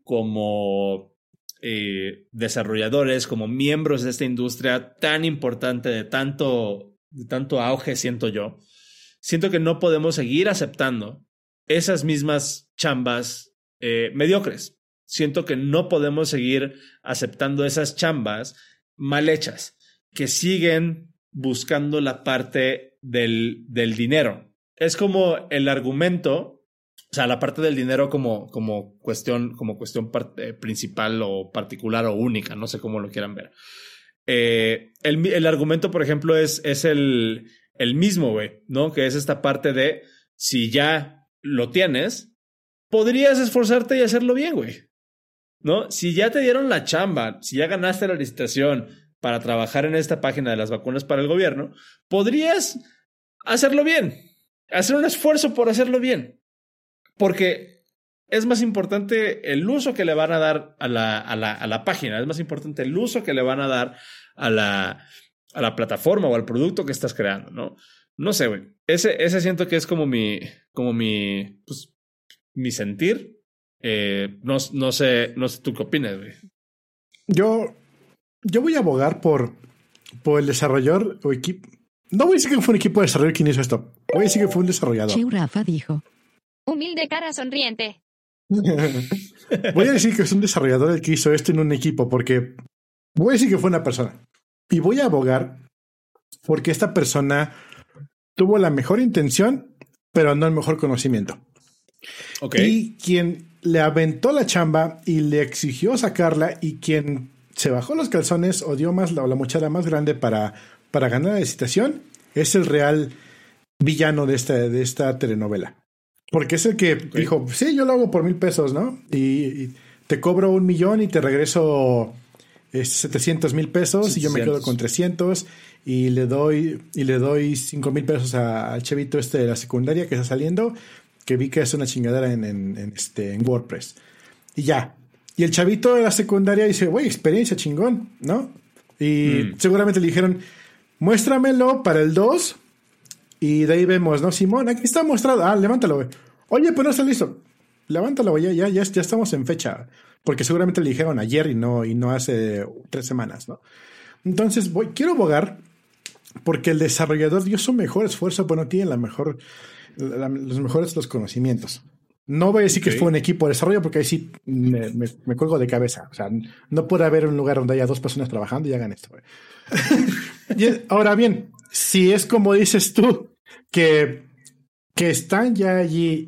Speaker 2: como eh, desarrolladores, como miembros de esta industria tan importante, de tanto, de tanto auge, siento yo. Siento que no podemos seguir aceptando esas mismas chambas eh, mediocres. Siento que no podemos seguir aceptando esas chambas mal hechas, que siguen buscando la parte del, del dinero. Es como el argumento, o sea, la parte del dinero como, como cuestión, como cuestión part, eh, principal o particular o única, no sé cómo lo quieran ver. Eh, el, el argumento, por ejemplo, es, es el, el mismo, güey, ¿no? Que es esta parte de si ya lo tienes, podrías esforzarte y hacerlo bien, güey, ¿no? Si ya te dieron la chamba, si ya ganaste la licitación para trabajar en esta página de las vacunas para el gobierno, podrías hacerlo bien, hacer un esfuerzo por hacerlo bien, porque es más importante el uso que le van a dar a la, a la, a la página, es más importante el uso que le van a dar a la, a la plataforma o al producto que estás creando, ¿no? No sé, güey. Ese, ese siento que es como mi, como mi, pues, mi sentir. Eh, no, no sé, no sé tú qué opinas, güey.
Speaker 1: Yo, yo voy a abogar por, por el desarrollador o equipo. No voy a decir que fue un equipo de desarrollo quien hizo esto. Voy a decir que fue un desarrollador.
Speaker 3: Chiu Rafa dijo.
Speaker 4: Humilde cara sonriente.
Speaker 1: Voy a decir que es un desarrollador el que hizo esto en un equipo, porque voy a decir que fue una persona. Y voy a abogar porque esta persona tuvo la mejor intención, pero no el mejor conocimiento.
Speaker 2: Okay.
Speaker 1: Y quien le aventó la chamba y le exigió sacarla y quien se bajó los calzones o dio más la, la mochada más grande para, para ganar la licitación es el real villano de esta, de esta telenovela. Porque es el que okay. dijo, sí, yo lo hago por mil pesos, ¿no? Y, y te cobro un millón y te regreso eh, setecientos mil pesos setecientos. Y yo me quedo con trescientos y le doy y le doy cinco mil pesos al chavito este de la secundaria que está saliendo, que vi que es una chingadera en, en, en, este, en WordPress. Y ya. Y el chavito de la secundaria dice, güey, experiencia chingón, ¿no? Y mm. seguramente le dijeron, muéstramelo para el dos. Y de ahí vemos, ¿no? Simón, aquí está mostrado. Ah, levántalo, güey. Oye, pues no está listo. Levántalo, güey. Ya, ya, ya, ya estamos en fecha. Porque seguramente le dijeron ayer y no, y no hace tres semanas, ¿no? Entonces, voy, quiero abogar porque el desarrollador dio su mejor esfuerzo, pero no tiene la mejor, la, los mejores los conocimientos. No voy a decir okay. que fue un equipo de desarrollo porque ahí sí me, me, me cuelgo de cabeza. O sea, no puede haber un lugar donde haya dos personas trabajando y hagan esto, güey. Y ahora bien, si es como dices tú, que, que están ya allí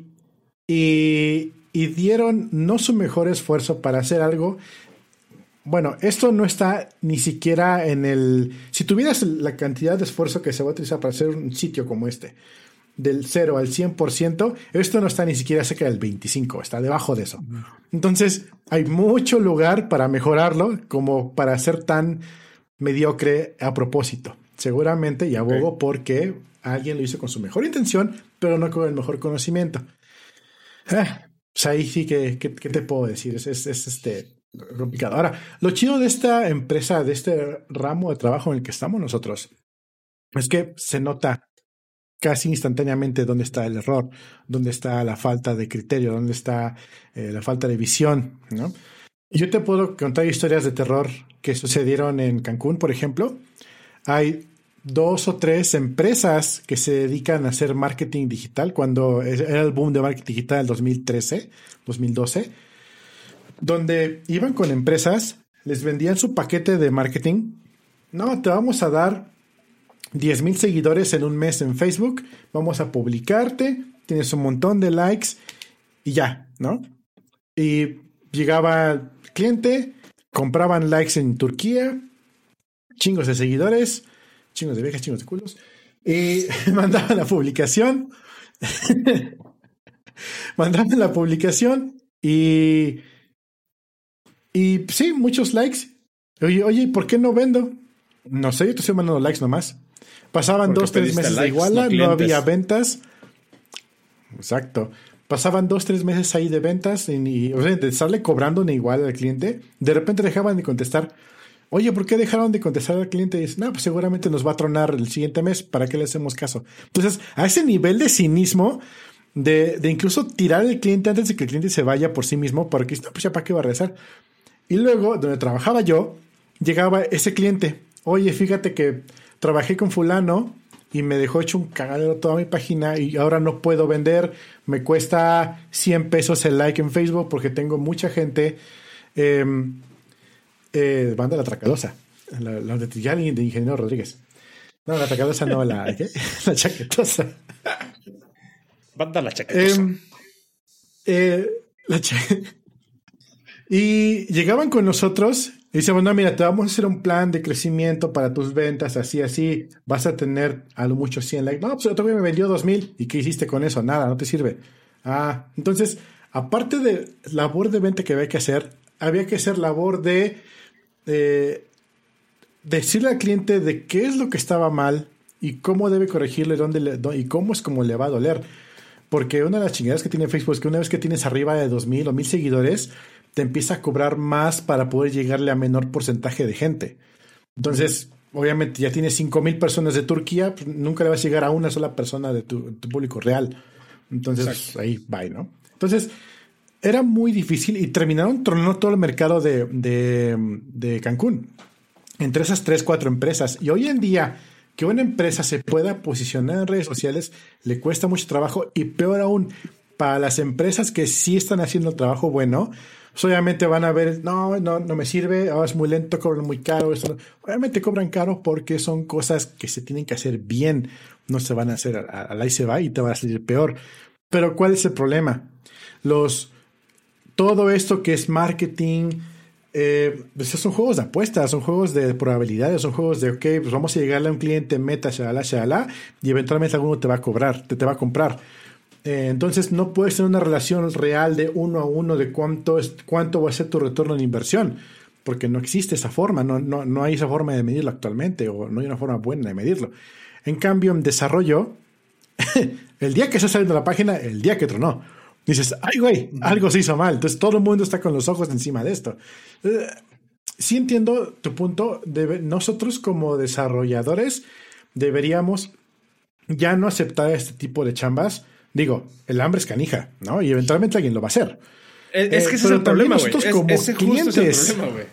Speaker 1: y, y dieron no su mejor esfuerzo para hacer algo. Bueno, esto no está ni siquiera en el... Si tuvieras la cantidad de esfuerzo que se va a utilizar para hacer un sitio como este, del cero al cien por ciento, esto no está ni siquiera cerca del veinticinco, está debajo de eso. Entonces, hay mucho lugar para mejorarlo como para ser tan mediocre a propósito. Seguramente, y abogo okay. porque alguien lo hizo con su mejor intención, pero no con el mejor conocimiento. Ah, pues ahí sí que, que, que te puedo decir, es, es, es este complicado. Ahora, lo chido de esta empresa, de este ramo de trabajo en el que estamos nosotros, es que se nota casi instantáneamente dónde está el error, dónde está la falta de criterio, dónde está eh, la falta de visión, ¿no? Yo te puedo contar historias de terror que sucedieron en Cancún, por ejemplo. Hay dos o tres empresas que se dedican a hacer marketing digital cuando era el boom de marketing digital del dos mil trece, dos mil doce, donde iban con empresas, les vendían su paquete de marketing. No, te vamos a dar diez mil seguidores en un mes en Facebook, vamos a publicarte, tienes un montón de likes y ya, ¿no? Y llegaba el cliente, compraban likes en Turquía, chingos de seguidores, chingos de viejas, chingos de culos, y mandaban la publicación, mandaban la publicación y, y sí, muchos likes. Oye, oye, ¿por qué no vendo? No sé, yo te estoy mandando likes nomás. Pasaban
Speaker 2: Porque
Speaker 1: dos, tres meses
Speaker 2: likes,
Speaker 1: de Iguala,
Speaker 2: no,
Speaker 1: no había ventas. Exacto. Pasaban dos, tres meses ahí de ventas y, y o sea, de estarle cobrando en igual al cliente, de repente dejaban de contestar. Oye, ¿por qué dejaron de contestar al cliente? Y dicen, no, pues seguramente nos va a tronar el siguiente mes, ¿para qué le hacemos caso? Entonces, a ese nivel de cinismo, de, de incluso tirar al cliente antes de que el cliente se vaya por sí mismo, porque no, pues ya para qué va a regresar. Y luego, donde trabajaba yo, llegaba ese cliente. Oye, fíjate que trabajé con fulano y me dejó hecho un cagadero toda mi página y ahora no puedo vender. Me cuesta cien pesos el like en Facebook porque tengo mucha gente. Eh, eh, banda La Tracadosa. La, la de Tijani de Ingeniero Rodríguez. No, La Tracadosa no, la, ¿qué? La Chaquetosa.
Speaker 2: Banda La Chaquetosa.
Speaker 1: Eh, eh, la cha y llegaban con nosotros y decíamos, no, mira, te vamos a hacer un plan de crecimiento para tus ventas, así, así. Vas a tener a lo mucho cien likes. No, pues el otro día me vendió dos mil. ¿Y qué hiciste con eso? Nada, no te sirve. Ah, entonces, aparte de labor de venta que había que hacer, había que hacer labor de eh, decirle al cliente de qué es lo que estaba mal y cómo debe corregirle dónde le, dónde, y cómo es como le va a doler. Porque una de las chingadas que tiene Facebook es que una vez que tienes arriba de dos mil o mil seguidores, te empieza a cobrar más para poder llegarle a menor porcentaje de gente. Entonces, uh-huh. obviamente, ya tienes cinco mil personas de Turquía, pues nunca le vas a llegar a una sola persona de tu, tu público real. Entonces, pues, ahí va, ¿no? Entonces, era muy difícil y terminaron tronando todo el mercado de, de, de Cancún entre esas tres, cuatro empresas. Y hoy en día, que una empresa se pueda posicionar en redes sociales le cuesta mucho trabajo y peor aún, para las empresas que sí están haciendo el trabajo bueno, pues obviamente van a ver, no, no, no me sirve, oh, es muy lento, cobran muy caro. Esto no. Obviamente cobran caro porque son cosas que se tienen que hacer bien, no se van a hacer a la y se va y te va a salir peor. Pero ¿cuál es el problema? Los, todo esto que es marketing, eh, pues son juegos de apuestas, son juegos de probabilidades, son juegos de, ok, pues vamos a llegarle a un cliente meta, shalala, shalala, y eventualmente alguno te va a cobrar, te, te va a comprar. Eh, entonces no puedes tener una relación real de uno a uno de cuánto, es, cuánto va a ser tu retorno en inversión, porque no existe esa forma, no, no, no hay esa forma de medirlo actualmente, o no hay una forma buena de medirlo. En cambio, en desarrollo, el día que está saliendo la página, el día que tronó, dices, ay güey, algo se hizo mal. Entonces todo el mundo está con los ojos encima de esto. Eh, sí entiendo tu punto. Debe, nosotros como desarrolladores deberíamos ya no aceptar este tipo de chambas. Digo, el hambre es canija, ¿no? Y eventualmente alguien lo va a hacer.
Speaker 2: Es, es que ese eh, es el problema, güey.
Speaker 1: Nosotros como
Speaker 2: es, ese
Speaker 1: clientes,
Speaker 2: justo es el problema, güey.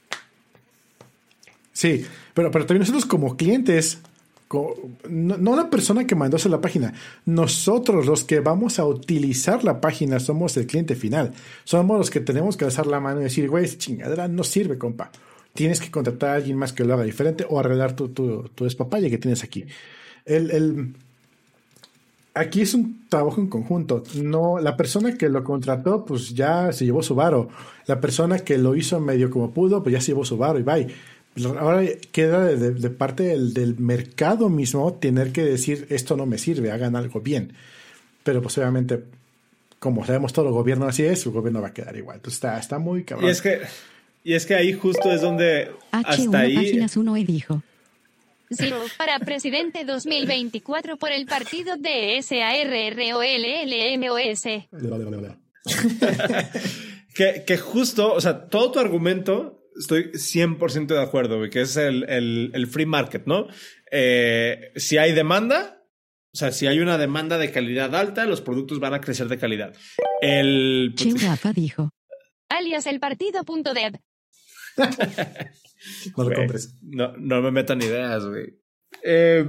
Speaker 1: Sí, pero, pero también nosotros como clientes, no, no la persona que mandó a hacer la página, nosotros los que vamos a utilizar la página somos el cliente final. Somos los que tenemos que alzar la mano y decir, güey, esa chingadera no sirve, compa. Tienes que contratar a alguien más que lo haga diferente o arreglar tu, tu, tu despapalle que tienes aquí. El... el Aquí es un trabajo en conjunto. No, la persona que lo contrató, pues ya se llevó su varo. La persona que lo hizo medio como pudo, pues ya se llevó su varo y bye. Ahora queda de, de, de parte del, del mercado mismo tener que decir esto no me sirve, hagan algo bien. Pero pues obviamente, como sabemos todo el gobierno así es, el gobierno va a quedar igual. Entonces está, está muy cabrón.
Speaker 2: Y es que, y es que ahí justo es donde
Speaker 3: H uno
Speaker 2: hasta ahí.
Speaker 3: Páginas uno y dijo.
Speaker 4: Sí, para presidente dos mil veinticuatro por el partido de S A R R O L L M O S.
Speaker 2: que, que justo, o sea, todo tu argumento, estoy cien por ciento de acuerdo, güey, que es el, el, el free market, ¿no? Eh, si hay demanda, o sea, si hay una demanda de calidad alta, los productos van a crecer de calidad. El...
Speaker 3: Chiu Rafa dijo.
Speaker 4: Alias el partido.dev.
Speaker 1: No lo
Speaker 2: Güey,
Speaker 1: compres.
Speaker 2: No, no me metan ideas, güey. Eh,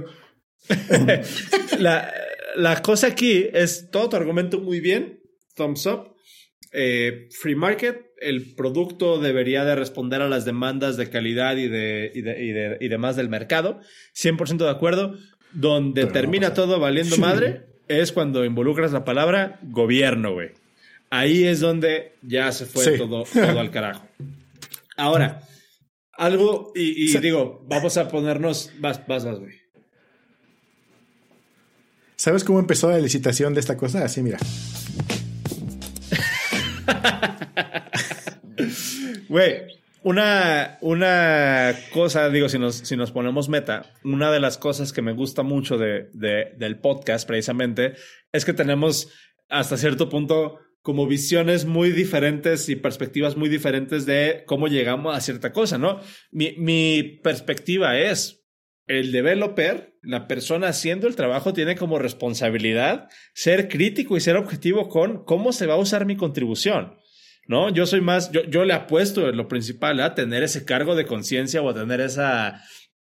Speaker 2: la, la cosa aquí es todo tu argumento muy bien. Thumbs up. Eh, free market. El producto debería de responder a las demandas de calidad y, de, y, de, y, de, y demás del mercado. cien por ciento de acuerdo. Donde
Speaker 1: Pero
Speaker 2: termina
Speaker 1: no
Speaker 2: todo valiendo madre es cuando involucras la palabra gobierno, güey. Ahí es donde ya se fue
Speaker 1: Sí.
Speaker 2: todo, todo al carajo. Ahora, algo, y, y
Speaker 1: Sí.
Speaker 2: digo, vamos a ponernos, vas, vas, vas, güey.
Speaker 1: ¿Sabes cómo empezó la licitación de esta cosa? Así, mira.
Speaker 2: Güey, una, una cosa, digo, si nos, si nos ponemos meta, una de las cosas que me gusta mucho de, de, del podcast, precisamente, es que tenemos hasta cierto punto como visiones muy diferentes y perspectivas muy diferentes de cómo llegamos a cierta cosa, ¿no? Mi, mi perspectiva es, el developer, la persona haciendo el trabajo, tiene como responsabilidad ser crítico y ser objetivo con cómo se va a usar mi contribución, ¿no? Yo soy más, yo, yo le apuesto en lo principal a tener ese cargo de conciencia o a tener esa,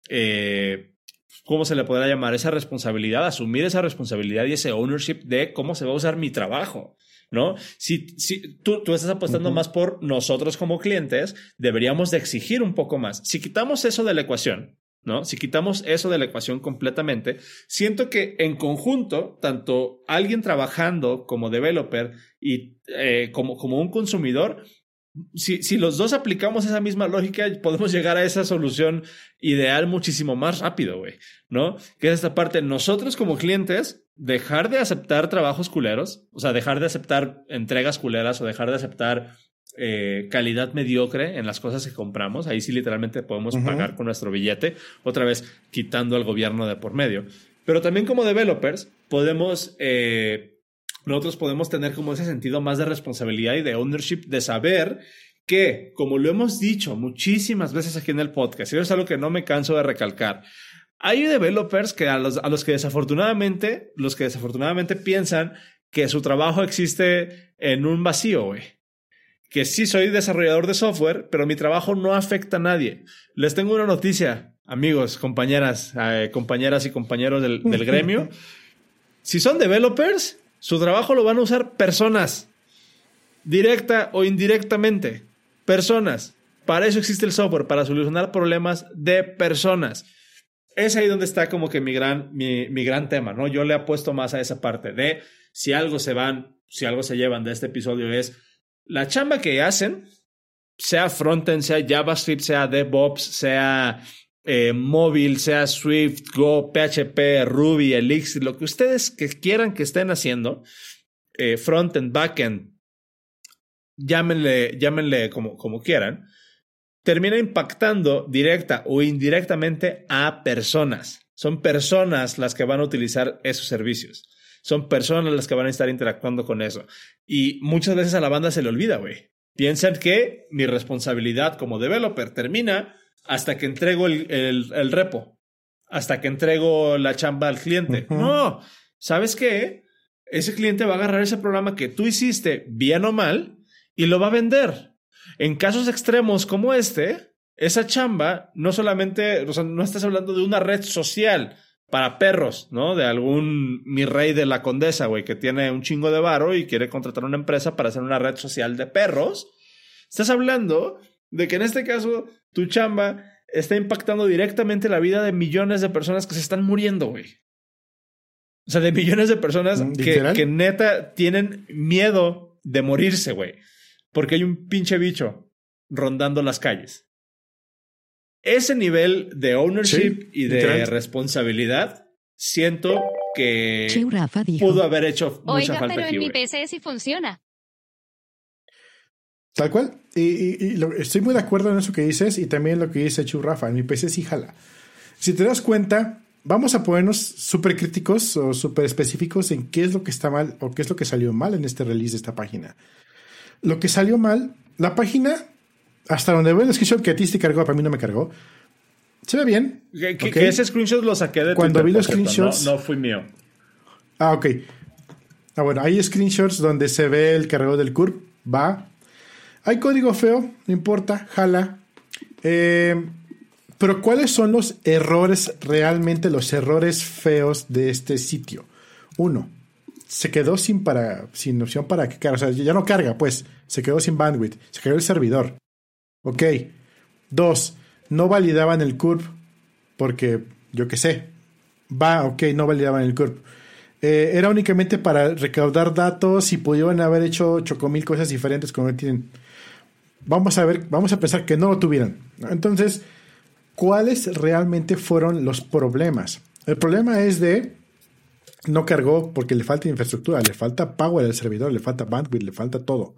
Speaker 2: eh, ¿cómo se le podrá llamar? Esa responsabilidad, asumir esa responsabilidad y ese ownership de cómo se va a usar mi trabajo, ¿no? Si, si tú, tú estás apostando uh-huh. más por nosotros como clientes, deberíamos de exigir un poco más. Si quitamos eso de la ecuación, ¿no? Si quitamos eso de la ecuación completamente, siento que en conjunto, tanto alguien trabajando como developer y eh, como, como un consumidor, si, si los dos aplicamos esa misma lógica, podemos llegar a esa solución ideal muchísimo más rápido, güey, ¿no? Que es esta parte, nosotros como clientes, dejar de aceptar trabajos culeros, o sea, dejar de aceptar entregas culeras o dejar de aceptar Eh, calidad mediocre en las cosas que compramos. Ahí sí literalmente podemos uh-huh. pagar con nuestro billete, otra vez quitando al gobierno de por medio. Pero también como developers podemos, eh, nosotros podemos tener como ese sentido más de responsabilidad y de ownership, de saber que, como lo hemos dicho muchísimas veces aquí en el podcast, y eso es algo que no me canso de recalcar, hay developers que a los, a los que desafortunadamente, los que desafortunadamente piensan que su trabajo existe en un vacío, güey. Que sí soy desarrollador de software, pero mi trabajo no afecta a nadie. Les tengo una noticia, amigos, compañeras, eh, compañeras y compañeros del, del gremio. Si son developers, su trabajo lo van a usar personas, directa o indirectamente. Personas. Para eso existe el software, para solucionar problemas de personas. Es ahí donde está como que mi gran, mi, mi gran tema, ¿no? Yo le apuesto más a esa parte de si algo se van, si algo se llevan de este episodio es la chamba que hacen, sea frontend, sea JavaScript, sea DevOps, sea eh, móvil, sea Swift, Go, P H P, Ruby, Elixir, lo que ustedes que quieran que estén haciendo, eh, frontend, backend, llámenle, llámenle como, como quieran, termina impactando directa o indirectamente a personas. Son personas las que van a utilizar esos servicios. Son personas las que van a estar interactuando con eso. Y muchas veces a la banda se le olvida, güey. Piensan que mi responsabilidad como developer termina hasta que entrego el, el, el repo. Hasta que entrego la chamba al cliente. Uh-huh. No. ¿Sabes qué? Ese cliente va a agarrar ese programa que tú hiciste, bien o mal, y lo va a vender. En casos extremos como este, esa chamba no solamente... O sea, no estás hablando de una red social para perros, ¿no? De algún mi rey de la Condesa, güey, que tiene un chingo de varo y quiere contratar una empresa para hacer una red social de perros. Estás hablando de que en este caso tu chamba está impactando directamente la vida de millones de personas que se están muriendo, güey. O sea, de millones de personas que, que neta tienen miedo de morirse, güey. Porque hay un pinche bicho rondando las calles. Ese nivel de ownership sí, y de literal. responsabilidad, siento que pudo haber hecho mucha
Speaker 4: Oiga,
Speaker 2: falta
Speaker 4: pero
Speaker 2: aquí,
Speaker 4: en mi
Speaker 2: güey.
Speaker 4: P C sí funciona.
Speaker 1: Tal cual. Y, y, y lo, estoy muy de acuerdo en eso que dices y también lo que dice Chu Rafa. En mi P C sí jala. Si te das cuenta, vamos a ponernos súper críticos o súper específicos en qué es lo que está mal o qué es lo que salió mal en este release de esta página. Lo que salió mal, la página, hasta donde veo el screenshot que a ti te cargó, para mí no me cargó. Se ve bien.
Speaker 2: Que, que, okay. que ese screenshot lo saqué de
Speaker 1: Cuando
Speaker 2: Twitter,
Speaker 1: vi los screenshots.
Speaker 2: No, no fui mío.
Speaker 1: Ah, ok. Ah, bueno, hay screenshots donde se ve el cargador del curve. Va. Hay código feo, no importa, jala. Eh, pero ¿cuáles son los errores, realmente los errores feos de este sitio? Uno, se quedó sin, para, sin opción para que cargue. O sea, ya no carga, pues. Se quedó sin bandwidth. Se quedó el servidor. Ok. Dos, no validaban el curve porque, yo qué sé. Va, ok, no validaban el curve. Eh, era únicamente para recaudar datos y pudieron haber hecho chocomil cosas diferentes como tienen. Vamos a ver, vamos a pensar que no lo tuvieran. Entonces, ¿cuáles realmente fueron los problemas? El problema es de no cargó porque le falta infraestructura, le falta power al servidor, le falta bandwidth, le falta todo.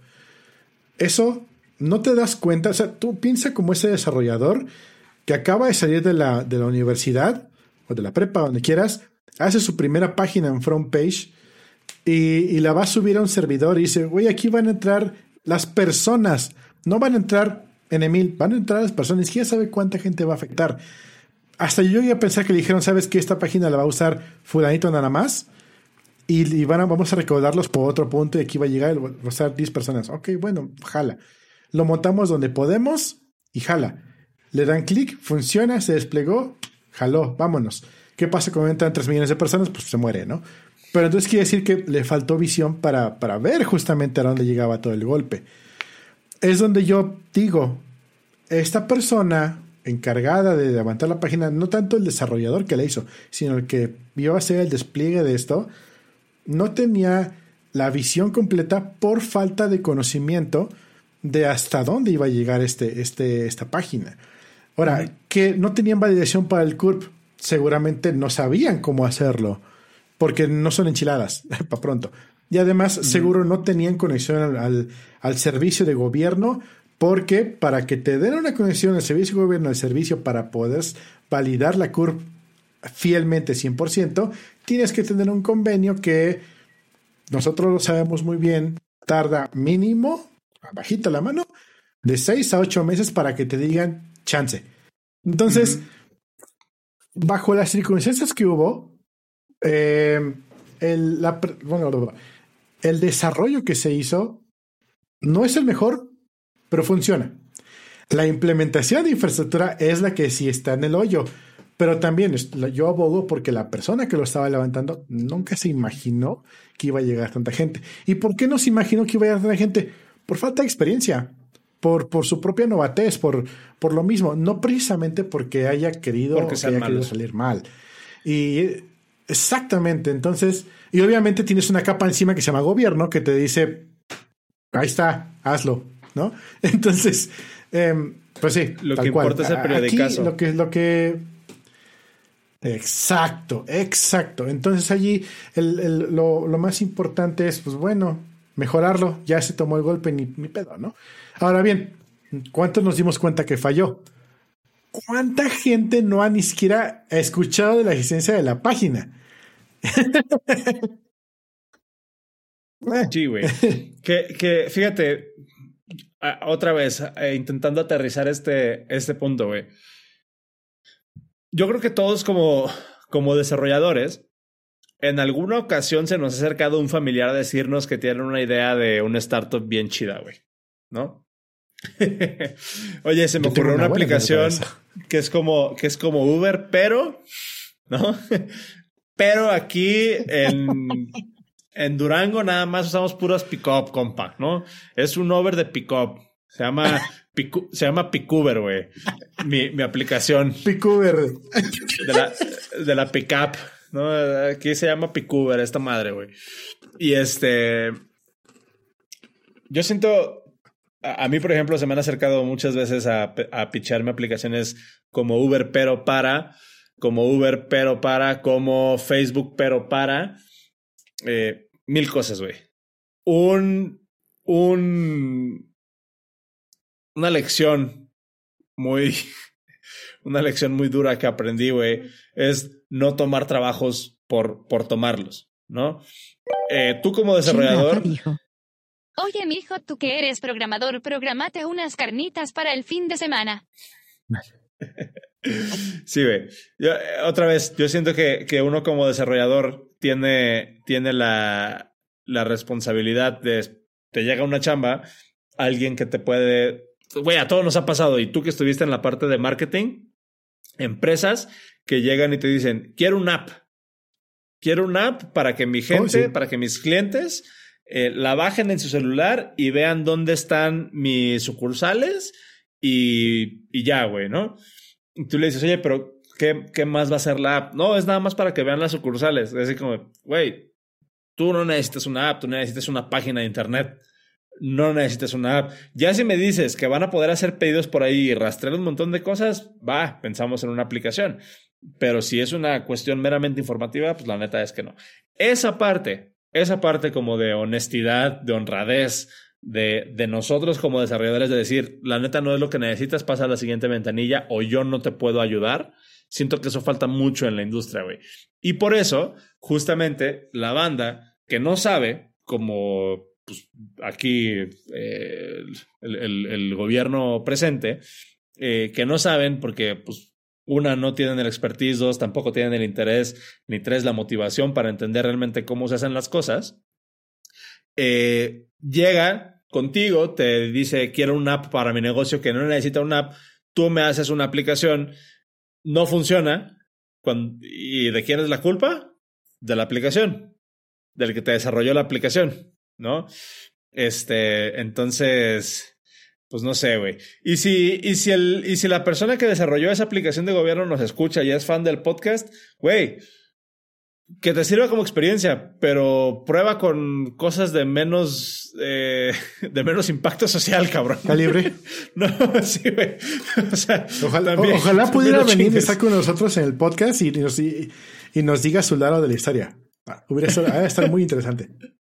Speaker 1: Eso no te das cuenta. O sea, tú piensa como ese desarrollador que acaba de salir de la, de la universidad o de la prepa, donde quieras, hace su primera página en front page y, y la va a subir a un servidor y dice, güey, aquí van a entrar las personas. No van a entrar en Emil, van a entrar las personas. ¿Quién sabe cuánta gente va a afectar? Hasta yo iba a pensar que le dijeron, ¿sabes qué? Esta página la va a usar fulanito nada más. Y, y van a, vamos a recaudarlos por otro punto y aquí va a llegar, va a estar diez personas. Ok, bueno, jala. Lo montamos donde podemos y jala. Le dan clic, funciona, se desplegó, jaló, vámonos. ¿Qué pasa cuando entran tres millones de personas? Pues se muere, ¿no? Pero entonces quiere decir que le faltó visión para, para ver justamente a dónde llegaba todo el golpe. Es donde yo digo, esta persona encargada de levantar la página, no tanto el desarrollador que la hizo, sino el que iba a hacer el despliegue de esto, no tenía la visión completa por falta de conocimiento de hasta dónde iba a llegar este, este, esta página. Ahora, uh-huh. que no tenían validación para el curve, seguramente no sabían cómo hacerlo, porque no son enchiladas, para pronto. Y además, uh-huh. seguro no tenían conexión al, al, al servicio de gobierno, porque para que te den una conexión al servicio de gobierno, al servicio para poder validar la curve fielmente cien por ciento, tienes que tener un convenio que nosotros lo sabemos muy bien, tarda mínimo, bajita la mano, de seis a ocho meses para que te digan chance. Entonces, uh-huh. bajo las circunstancias que hubo, eh, el, la, bueno, el desarrollo que se hizo no es el mejor, pero funciona. La implementación de infraestructura es la que sí está en el hoyo. Pero también yo abogo porque la persona que lo estaba levantando nunca se imaginó que iba a llegar tanta gente. ¿Y por qué no se imaginó que iba a llegar tanta gente? Por falta de experiencia, por, por su propia novatez, por, por lo mismo. No precisamente porque haya querido,
Speaker 2: porque
Speaker 1: o que haya querido salir mal. Y exactamente, entonces, y obviamente tienes una capa encima que se llama gobierno que te dice, ahí está, hazlo, ¿no? Entonces, eh, pues sí,
Speaker 2: lo
Speaker 1: tal
Speaker 2: que
Speaker 1: cual.
Speaker 2: importa es el periodicazo.
Speaker 1: Aquí lo que, lo que Exacto, exacto. Entonces allí el, el, lo, lo más importante es, pues bueno, mejorarlo. Ya se tomó el golpe, ni, ni pedo, ¿no? Ahora bien, ¿cuántos nos dimos cuenta que falló? ¿Cuánta gente no ha ni siquiera escuchado de la existencia de la página?
Speaker 2: Sí, güey. que, que, fíjate, otra vez, eh, intentando aterrizar este, este punto, güey. Yo creo que todos como, como desarrolladores, en alguna ocasión se nos ha acercado un familiar a decirnos que tienen una idea de una startup bien chida, güey, ¿no? Oye, se me ocurrió una, una aplicación que es como, que es como Uber, pero, ¿no? Pero aquí en, en Durango nada más usamos puras pick-up, compa, ¿no? Es un Uber de pick-up. Se llama, Picu, se llama Picuber, güey. Mi, mi aplicación.
Speaker 1: Picuber.
Speaker 2: De la, de la pickup, ¿no? Aquí se llama Picuber, esta madre, güey. Y este... Yo siento... A, a mí, por ejemplo, se me han acercado muchas veces a, a pitcharme aplicaciones como Uber, pero para... Como Uber, pero para... Como Facebook, pero para... Eh, mil cosas, güey. Un... Un... Una lección muy, una lección muy dura que aprendí, güey, es no tomar trabajos por, por tomarlos, ¿no? Eh, tú como desarrollador...
Speaker 3: Dijo.
Speaker 4: Oye, mijo, tú que eres programador, programate unas carnitas para el fin de semana.
Speaker 2: Sí, güey. Yo, eh, otra vez, yo siento que, que uno como desarrollador tiene, tiene la, la responsabilidad de... Te llega una chamba, alguien que te puede... Güey, a todos nos ha pasado. Y tú que estuviste en la parte de marketing, empresas que llegan y te dicen, quiero una app. Quiero una app para que mi gente, oh, sí. para que mis clientes eh, la bajen en su celular y vean dónde están mis sucursales y, y ya, güey, ¿no? Y tú le dices, oye, pero ¿qué, ¿qué más va a ser la app? No, es nada más para que vean las sucursales. Es así como, güey, tú no necesitas una app, tú necesitas una página de internet. No necesitas una app. Ya si me dices que van a poder hacer pedidos por ahí y rastrear un montón de cosas, va, pensamos en una aplicación. Pero si es una cuestión meramente informativa, pues la neta es que no. Esa parte, esa parte como de honestidad, de honradez, de, de nosotros como desarrolladores de decir, la neta no es lo que necesitas, pasa a la siguiente ventanilla o yo no te puedo ayudar. Siento que eso falta mucho en la industria, güey. Y por eso, justamente, la banda que no sabe, como pues, aquí eh, el, el, el gobierno presente, eh, que no saben porque, pues, una, no tienen el expertise, dos, tampoco tienen el interés, ni tres, la motivación para entender realmente cómo se hacen las cosas. Eh, llega contigo, te dice, quiero una app para mi negocio que no necesita una app, tú me haces una aplicación, no funciona, cuando, ¿y de quién es la culpa? De la aplicación, del que te desarrolló la aplicación, ¿no? Este, entonces... Pues no sé, güey. Y si, y, si el, y si la persona que desarrolló esa aplicación de gobierno nos escucha y es fan del podcast, güey, que te sirva como experiencia, pero prueba con cosas de menos, eh, de menos impacto social, cabrón.
Speaker 1: ¿Calibre?
Speaker 2: No, sí, güey. O sea,
Speaker 1: ojalá,
Speaker 2: también,
Speaker 1: ojalá pudiera venir
Speaker 2: chingues.
Speaker 1: y estar con nosotros en el podcast y nos, y, y nos diga su lado de la historia. Ah, hubiera estado, a estar muy interesante.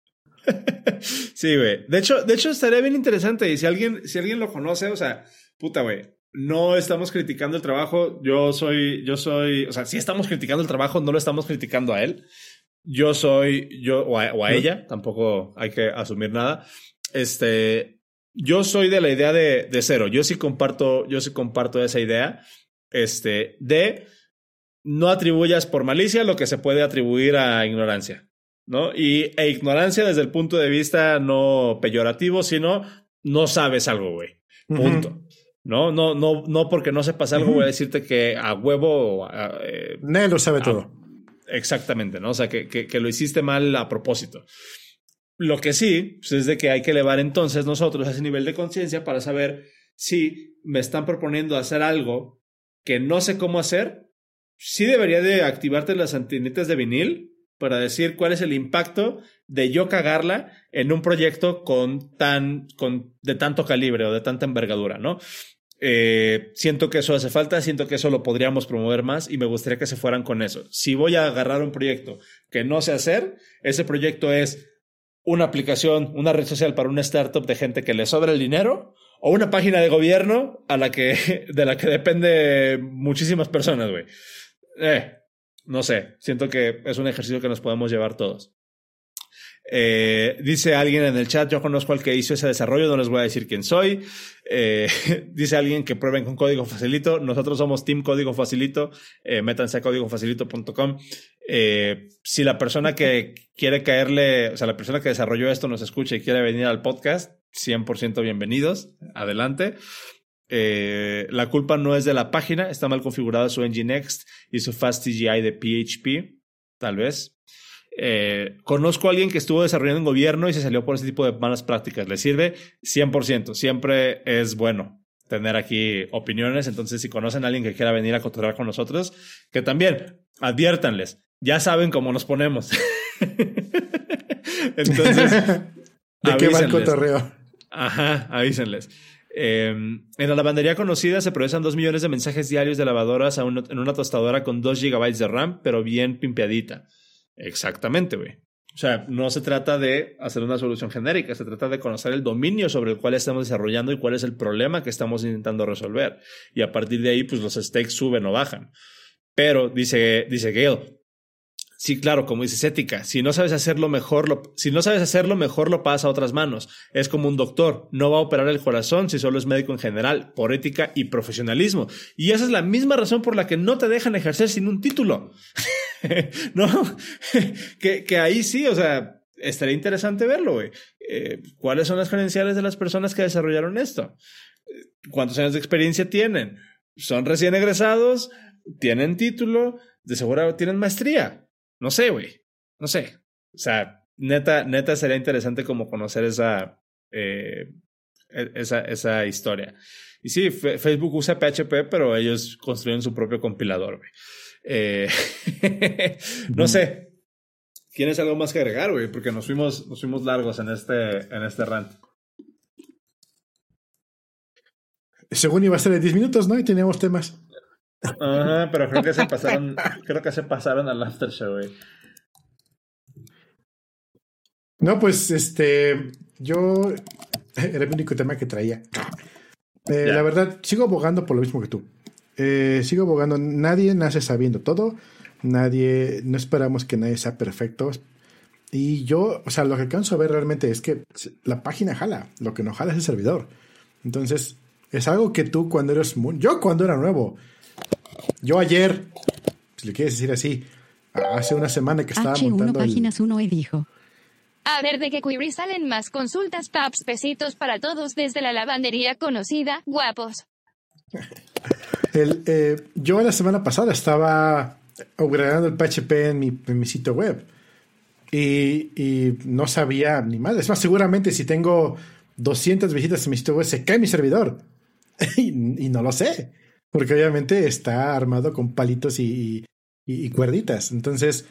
Speaker 2: Sí, güey. De hecho, de hecho, estaría bien interesante. Y si alguien, si alguien lo conoce, o sea, puta, güey. No estamos criticando el trabajo. Yo soy, yo soy, o sea, sí estamos criticando el trabajo, no lo estamos criticando a él. Yo soy, yo, o a, o a ella, tampoco hay que asumir nada. Este, yo soy de la idea de, de cero. Yo sí comparto, yo sí comparto esa idea. Este, de no atribuyas por malicia lo que se puede atribuir a ignorancia. ¿No? Y e ignorancia desde el punto de vista no peyorativo, sino no sabes algo, güey. Punto. Uh-huh. ¿No? No, no, no porque no sepas algo, uh-huh. voy a decirte que a huevo. Eh,
Speaker 1: Nadie lo sabe
Speaker 2: a,
Speaker 1: todo.
Speaker 2: Exactamente, ¿no? O sea, que, que, que lo hiciste mal a propósito. Lo que sí, pues es de que hay que elevar entonces nosotros a ese nivel de conciencia para saber si me están proponiendo hacer algo que no sé cómo hacer. Sí debería de activarte las antenitas de vinil para decir cuál es el impacto de yo cagarla en un proyecto con tan, con, de tanto calibre o de tanta envergadura, ¿no? Eh, siento que eso hace falta, siento que eso lo podríamos promover más y me gustaría que se fueran con eso. Si voy a agarrar un proyecto que no sé hacer, ese proyecto es una aplicación, una red social para una startup de gente que le sobra el dinero o una página de gobierno a la que, de la que depende muchísimas personas, güey. Eh. No sé, siento que es un ejercicio que nos podemos llevar todos. Eh, dice alguien en el chat, yo conozco al que hizo ese desarrollo, no les voy a decir quién soy. Eh, dice alguien que prueben con código facilito. Nosotros somos Team Código Facilito. Eh, métanse a código facilito punto com. Eh, si la persona que quiere caerle, o sea, la persona que desarrolló esto nos escucha y quiere venir al podcast, cien por ciento bienvenidos. Adelante. Eh, la culpa no es de la página, está mal configurada su Nginx y su FastCGI de P H P, tal vez. Eh, conozco a alguien que estuvo desarrollando en gobierno y se salió por ese tipo de malas prácticas. ¿Le sirve? cien por ciento. Siempre es bueno tener aquí opiniones. Entonces, si conocen a alguien que quiera venir a cotorrear con nosotros, que también adviértanles. Ya saben cómo nos ponemos. Entonces,
Speaker 1: ¿de qué va el cotorreo?
Speaker 2: Ajá, avísenles. Eh, en la lavandería conocida se procesan dos millones de mensajes diarios de lavadoras a un, en una tostadora con dos gigabytes de RAM, pero bien pimpeadita. Exactamente, güey. O sea, no se trata de hacer una solución genérica, se trata de conocer el dominio sobre el cual estamos desarrollando y cuál es el problema que estamos intentando resolver. Y a partir de ahí, pues los stakes suben o bajan. Pero, dice, dice Gail, sí, claro, como dices, ética. Si no sabes hacerlo mejor, lo, si no sabes hacerlo mejor, lo pasa a otras manos. Es como un doctor. No va a operar el corazón si solo es médico en general, por ética y profesionalismo. Y esa es la misma razón por la que no te dejan ejercer sin un título. No, que, que ahí sí, o sea, estaría interesante verlo, güey. Eh, ¿Cuáles son las credenciales de las personas que desarrollaron esto? ¿Cuántos años de experiencia tienen? ¿Son recién egresados? ¿Tienen título? ¿De seguro tienen maestría? No sé, güey. No sé. O sea, neta, neta sería interesante como conocer esa, eh, esa, esa historia. Y sí, F- Facebook usa P H P, pero ellos construyen su propio compilador, güey. Eh, no sé. ¿Tienes algo más que agregar, güey? Porque nos fuimos, nos fuimos largos en este, en este rant.
Speaker 1: Según iba a ser de diez minutos, ¿no? Y teníamos temas.
Speaker 2: Ajá, pero creo que se pasaron, creo que se pasaron al after show, güey.
Speaker 1: No, pues, este, yo era el único tema que traía. Eh, la verdad, sigo abogando por lo mismo que tú. Eh, sigo abogando. Nadie nace sabiendo todo. Nadie, no esperamos que nadie sea perfecto. Y yo, o sea, lo que alcanzo a ver realmente es que la página jala. Lo que no jala es el servidor. Entonces, es algo que tú cuando eres muy... Yo cuando era nuevo. Yo ayer, si le quieres decir así, hace una semana que estaba
Speaker 3: H uno
Speaker 1: montando
Speaker 3: páginas
Speaker 1: el...
Speaker 3: uno e dijo.
Speaker 4: A ver de qué query salen más consultas, paps, besitos para todos desde la lavandería conocida, guapos.
Speaker 1: el eh, yo la semana pasada estaba upgradeando el P H P en mi, en mi sitio web y, y no sabía ni más. Es más, seguramente si tengo doscientas visitas en mi sitio web se cae mi servidor y, y no lo sé, porque obviamente está armado con palitos y, y, y cuerditas. Entonces,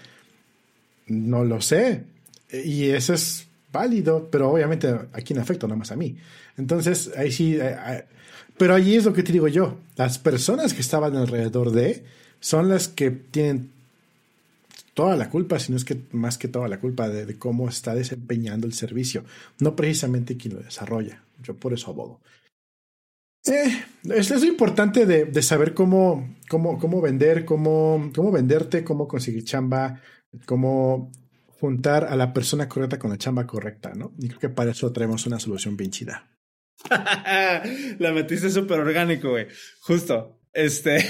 Speaker 1: no lo sé. Y eso es válido, pero obviamente a quién afecta, nada más a mí. Entonces, ahí sí... Eh, eh, pero allí es lo que te digo yo. Las personas que estaban alrededor de son las que tienen toda la culpa, si no es que más que toda la culpa de, de cómo está desempeñando el servicio. No precisamente quien lo desarrolla. Yo por eso abogo. Eh, es, es lo importante de, de saber cómo, cómo, cómo vender, cómo, cómo venderte, cómo conseguir chamba, cómo juntar a la persona correcta con la chamba correcta, ¿no? Y creo que para eso traemos una solución bien chida.
Speaker 2: La metiste súper orgánico, güey. Justo. Este.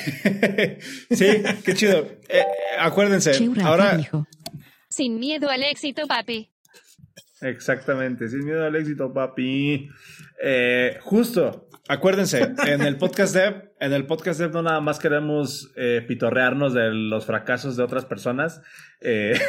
Speaker 2: Sí, qué chido. Eh, acuérdense.
Speaker 3: Chiurafa
Speaker 2: Ahora.
Speaker 3: dijo.
Speaker 4: Sin miedo al éxito, papi.
Speaker 2: Exactamente. Sin miedo al éxito, papi. Eh, justo. Acuérdense, en el podcast Dev, en el podcast Dev no nada más queremos eh, pitorrearnos de los fracasos de otras personas. Eh,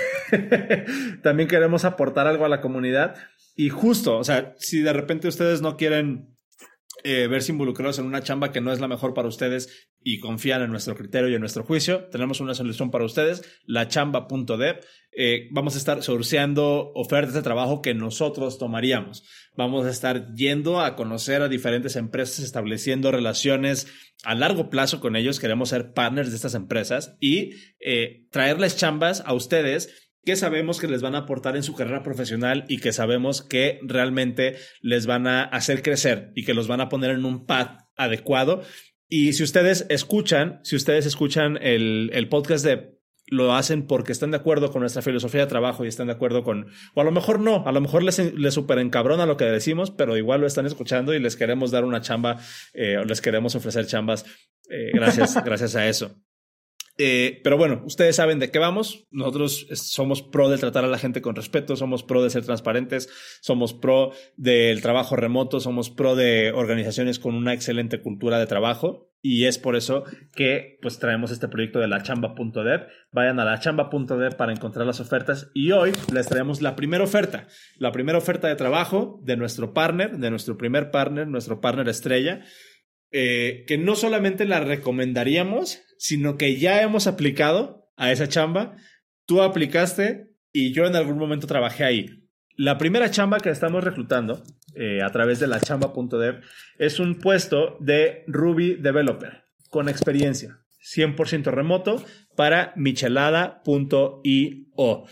Speaker 2: también queremos aportar algo a la comunidad. Y justo, o sea, si de repente ustedes no quieren eh, verse involucrados en una chamba que no es la mejor para ustedes y confían en nuestro criterio y en nuestro juicio, tenemos una solución para ustedes, la chamba punto dev. Eh, vamos a estar sourceando ofertas de trabajo que nosotros tomaríamos. Vamos a estar yendo a conocer a diferentes empresas, estableciendo relaciones a largo plazo con ellos. Queremos ser partners de estas empresas y eh, traerles chambas a ustedes que sabemos que les van a aportar en su carrera profesional y que sabemos que realmente les van a hacer crecer y que los van a poner en un path adecuado. Y si ustedes escuchan, si ustedes escuchan el, el podcast de lo hacen porque están de acuerdo con nuestra filosofía de trabajo y están de acuerdo con... O a lo mejor no, a lo mejor les, les super encabrona lo que decimos, pero igual lo están escuchando y les queremos dar una chamba, eh, o les queremos ofrecer chambas eh, gracias, gracias a eso. Eh, pero bueno, ustedes saben de qué vamos. Nosotros somos pro de tratar a la gente con respeto, somos pro de ser transparentes, somos pro del trabajo remoto, somos pro de organizaciones con una excelente cultura de trabajo. Y es por eso que pues traemos este proyecto de la chamba punto dev. Vayan a la chamba punto dev para encontrar las ofertas. Y hoy les traemos la primera oferta. La primera oferta de trabajo de nuestro partner, de nuestro primer partner, nuestro partner estrella. Eh, que no solamente la recomendaríamos, sino que ya hemos aplicado a esa chamba. Tú aplicaste y yo en algún momento trabajé ahí. La primera chamba que estamos reclutando eh, a través de la chamba punto dev es un puesto de Ruby Developer con experiencia, cien por ciento remoto para michelada punto io.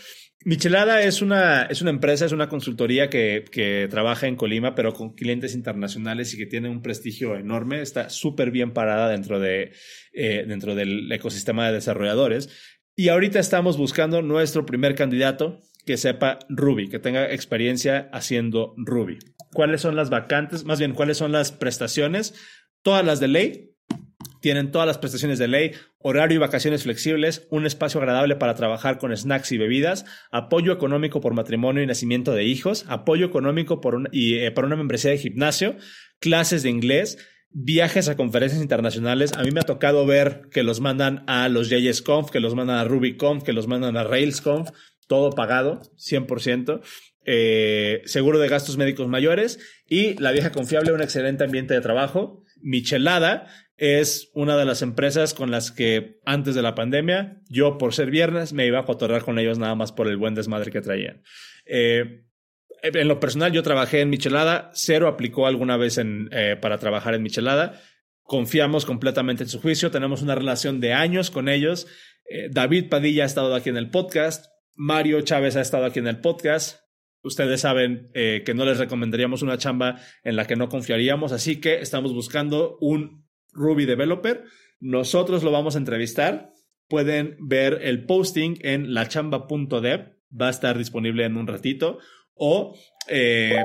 Speaker 2: Michelada es una, es una empresa, es una consultoría que, que trabaja en Colima, pero con clientes internacionales y que tiene un prestigio enorme. Está súper bien parada dentro, de, eh, dentro del ecosistema de desarrolladores. Y ahorita estamos buscando nuestro primer candidato que sepa Ruby, que tenga experiencia haciendo Ruby. ¿Cuáles son las vacantes? Más bien, ¿cuáles son las prestaciones? Todas las de ley. Tienen todas las prestaciones de ley, horario y vacaciones flexibles, un espacio agradable para trabajar con snacks y bebidas, apoyo económico por matrimonio y nacimiento de hijos, apoyo económico por un, y, eh, para una membresía de gimnasio, clases de inglés, viajes a conferencias internacionales. A mí me ha tocado ver que los mandan a los J S Conf, que los mandan a RubyConf, que los mandan a RailsConf, todo pagado, cien por ciento. Eh, seguro de gastos médicos mayores y la vieja confiable, un excelente ambiente de trabajo. Michelada es una de las empresas con las que antes de la pandemia, yo por ser viernes me iba a cotorrear con ellos nada más por el buen desmadre que traían. Eh, en lo personal yo trabajé en Michelada, Cero aplicó alguna vez en, eh, para trabajar en Michelada. Confiamos completamente en su juicio, tenemos una relación de años con ellos. Eh, David Padilla ha estado aquí en el podcast, Mario Chávez ha estado aquí en el podcast. Ustedes saben eh, que no les recomendaríamos una chamba en la que no confiaríamos, así que estamos buscando un Ruby Developer. Nosotros lo vamos a entrevistar. Pueden ver el posting en lachamba punto dev. Va a estar disponible en un ratito. O... Eh...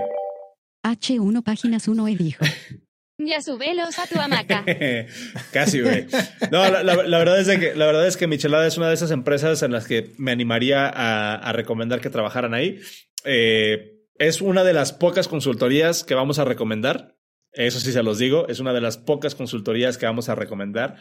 Speaker 3: H uno páginas uno e dijo.
Speaker 4: Ya subelos a tu hamaca.
Speaker 2: Casi, güey. No, la, la, la, verdad es de que, la verdad es que Michelada es una de esas empresas en las que me animaría a, a recomendar que trabajaran ahí. Eh, es una de las pocas consultorías que vamos a recomendar. Eso sí se los digo. Es una de las pocas consultorías que vamos a recomendar.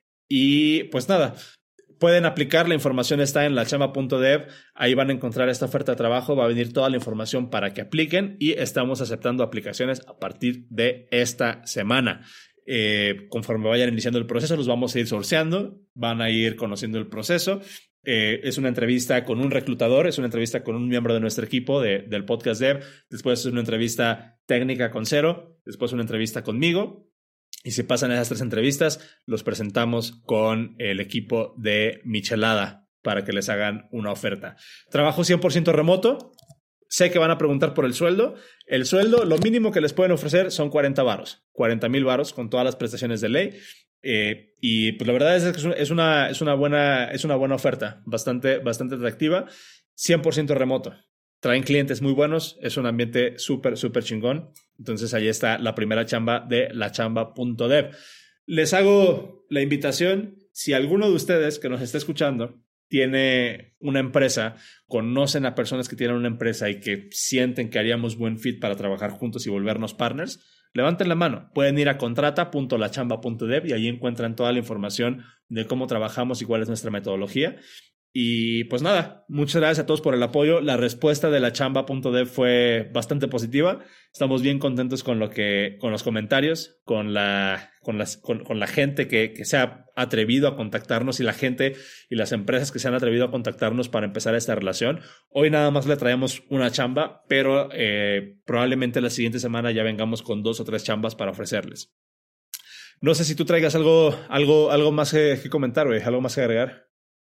Speaker 2: Y pues nada, pueden aplicar. La información está en lachamba punto dev. Ahí van a encontrar esta oferta de trabajo. Va a venir toda la información para que apliquen. Y estamos aceptando aplicaciones a partir de esta semana. Eh, conforme vayan iniciando el proceso, los vamos a ir sourceando. Van a ir conociendo el proceso. Eh, es una entrevista con un reclutador, es una entrevista con un miembro de nuestro equipo de, del podcast Dev, después es una entrevista técnica con Cero, después una entrevista conmigo, y si pasan esas tres entrevistas, los presentamos con el equipo de Michelada para que les hagan una oferta. Trabajo cien por ciento remoto. Sé que van a preguntar por el sueldo. El sueldo, lo mínimo que les pueden ofrecer son cuarenta varos, cuarenta mil varos con todas las prestaciones de ley. Eh, y pues la verdad es que es una, es una, buena, es una buena oferta, bastante, bastante atractiva, cien por ciento remoto. Traen clientes muy buenos, es un ambiente súper, súper chingón. Entonces ahí está la primera chamba de lachamba punto dev. Les hago la invitación, si alguno de ustedes que nos está escuchando tiene una empresa, conocen a personas que tienen una empresa y que sienten que haríamos buen fit para trabajar juntos y volvernos partners, levanten la mano. Pueden ir a contrata punto lachamba punto dev y ahí encuentran toda la información de cómo trabajamos y cuál es nuestra metodología. Y pues nada, muchas gracias a todos por el apoyo. La respuesta de lachamba punto dev fue bastante positiva. Estamos bien contentos con lo que, con los comentarios, con la, con las, con, con la gente que, que se ha atrevido a contactarnos y la gente y las empresas que se han atrevido a contactarnos para empezar esta relación. Hoy nada más le traemos una chamba, pero eh, probablemente la siguiente semana ya vengamos con dos o tres chambas para ofrecerles. No sé si tú traigas algo, algo, algo más que, que comentar, güey, algo más que agregar.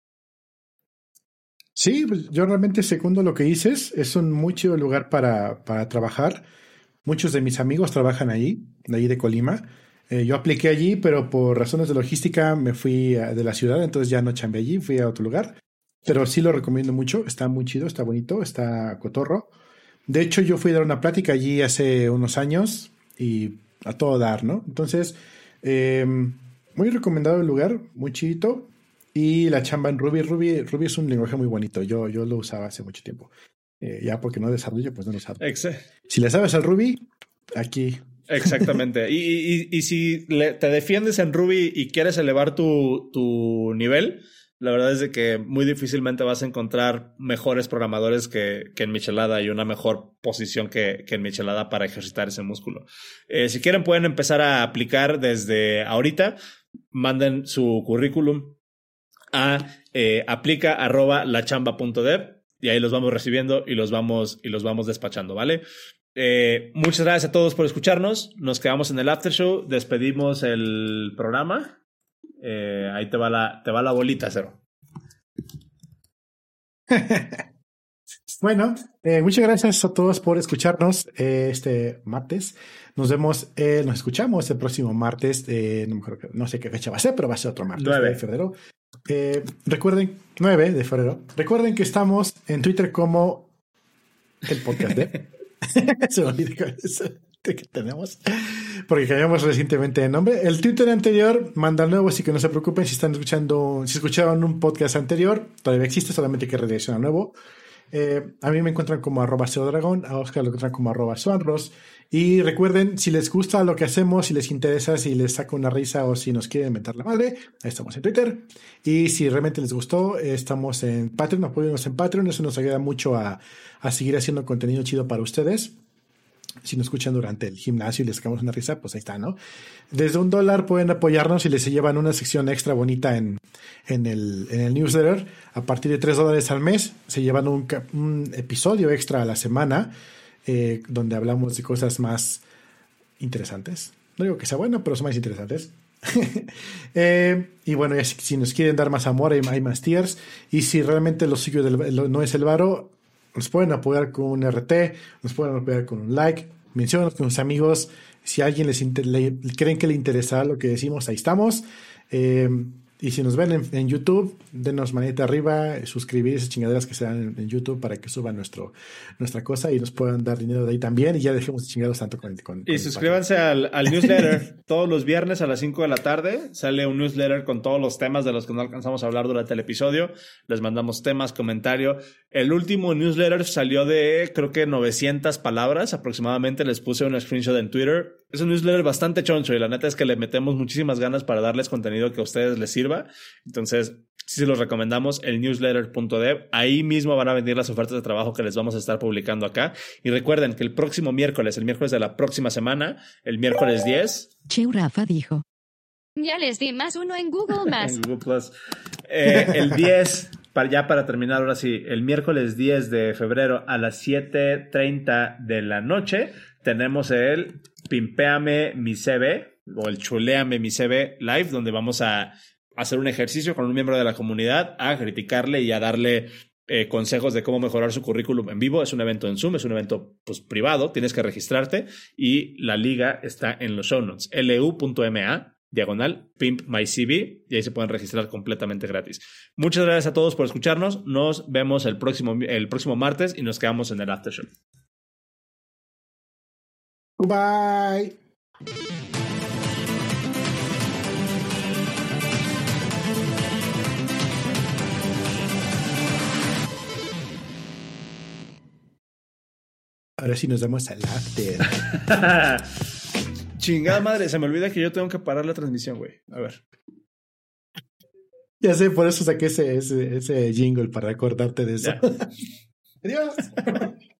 Speaker 1: Sí, pues yo realmente segundo lo que dices. Es un muy chido lugar para, para trabajar. Muchos de mis amigos trabajan allí, de allí de Colima. Eh, yo apliqué allí, pero por razones de logística me fui a, de la ciudad, entonces ya no chambeé allí, fui a otro lugar. Pero sí lo recomiendo mucho, está muy chido, está bonito, está cotorro. De hecho, yo fui a dar una plática allí hace unos años y a todo dar, ¿no? Entonces, eh, muy recomendado el lugar, muy chidito. Y la chamba en Ruby. Ruby, Ruby es un lenguaje muy bonito. Yo, yo lo usaba hace mucho tiempo. Eh, ya porque no desarrollo, pues no lo sabes.
Speaker 2: Exacto.
Speaker 1: Si le sabes al Ruby, aquí.
Speaker 2: Exactamente. y, y, y si le, te defiendes en Ruby y quieres elevar tu, tu nivel, la verdad es de que muy difícilmente vas a encontrar mejores programadores que, que en Michelada y una mejor posición que, que en Michelada para ejercitar ese músculo. Eh, si quieren pueden empezar a aplicar desde ahorita. Manden su currículum a eh, aplica arroba lachamba punto dev y ahí los vamos recibiendo y los vamos, y los vamos despachando, ¿vale? Eh, muchas gracias a todos por escucharnos. Nos quedamos en el after show. Despedimos el programa. Eh, ahí te va la, te va la bolita, Cero.
Speaker 1: Bueno, eh, muchas gracias a todos por escucharnos eh, este martes. Nos vemos, eh, nos escuchamos el próximo martes. Eh, no, me acuerdo, no sé qué fecha va a ser, pero va a ser otro martes
Speaker 2: nueve
Speaker 1: de febrero. Eh, recuerden, nueve de febrero. Recuerden que estamos en Twitter como el podcast de... Se me olvida que tenemos, porque cambiamos recientemente de nombre. El Twitter anterior manda el nuevo, así que no se preocupen si están escuchando, si escucharon un podcast anterior, todavía existe, solamente hay que redireccionar al nuevo. Eh, a mí me encuentran como arroba Dragón, a Oscar lo encuentran como arroba Swanros. Y recuerden, si les gusta lo que hacemos, si les interesa, si les saca una risa o si nos quieren meter la madre, ahí estamos en Twitter. Y si realmente les gustó, estamos en Patreon, apóyennos en Patreon, eso nos ayuda mucho a, a seguir haciendo contenido chido para ustedes. Si nos escuchan durante el gimnasio y les sacamos una risa, pues ahí está, ¿no? Desde un dólar pueden apoyarnos y les llevan una sección extra bonita en, en, el, en el newsletter. A partir de tres dólares al mes se llevan un, un episodio extra a la semana eh, donde hablamos de cosas más interesantes. No digo que sea bueno, pero son más interesantes. eh, y bueno, ya si, si nos quieren dar más amor, hay, hay más tiers. Y si realmente lo suyo del, lo, no es el varo, nos pueden apoyar con un R T, nos pueden apoyar con un like, menciónanos con sus amigos. Si a alguien les inter- le, creen que le interesa lo que decimos, ahí estamos. Eh, y si nos ven en, en YouTube, denos manita arriba, suscribir esas chingaderas que se dan en, en YouTube para que suban nuestro, nuestra cosa y nos puedan dar dinero de ahí también. Y ya dejemos de chingados tanto con, con, con
Speaker 2: Y suscríbanse al, al newsletter. Todos los viernes a las cinco de la tarde sale un newsletter con todos los temas de los que no alcanzamos a hablar durante el episodio. Les mandamos temas, comentario. El último newsletter salió de, creo que novecientas palabras aproximadamente. Les puse un screenshot en Twitter. Es un newsletter bastante choncho y la neta es que le metemos muchísimas ganas para darles contenido que a ustedes les sirva. Entonces, sí se los recomendamos, el newsletter punto dev. Ahí mismo van a venir las ofertas de trabajo que les vamos a estar publicando acá. Y recuerden que el próximo miércoles, el miércoles de la próxima semana, el miércoles diez...
Speaker 3: Cheu Rafa dijo.
Speaker 4: Ya les di más uno en Google Más.
Speaker 2: en Google Plus. Eh, el diez, para, ya para terminar ahora sí, el miércoles diez de febrero a las siete treinta de la noche, tenemos el Pimpeame mi C V o el Chuleame mi C V Live, donde vamos a hacer un ejercicio con un miembro de la comunidad, a criticarle y a darle eh, consejos de cómo mejorar su currículum en vivo. Es un evento en Zoom, es un evento pues privado, tienes que registrarte y la liga está en los show notes, lu.ma diagonal Pimp My C V, y ahí se pueden registrar completamente gratis. Muchas gracias a todos por escucharnos. Nos vemos el próximo, el próximo martes y nos quedamos en el after show.
Speaker 1: Bye. Ahora sí nos damos al after.
Speaker 2: Chingada madre, se me olvida que yo tengo que parar la transmisión, güey. A ver.
Speaker 1: Ya sé, por eso saqué ese, ese, ese jingle para acordarte de eso. Adiós.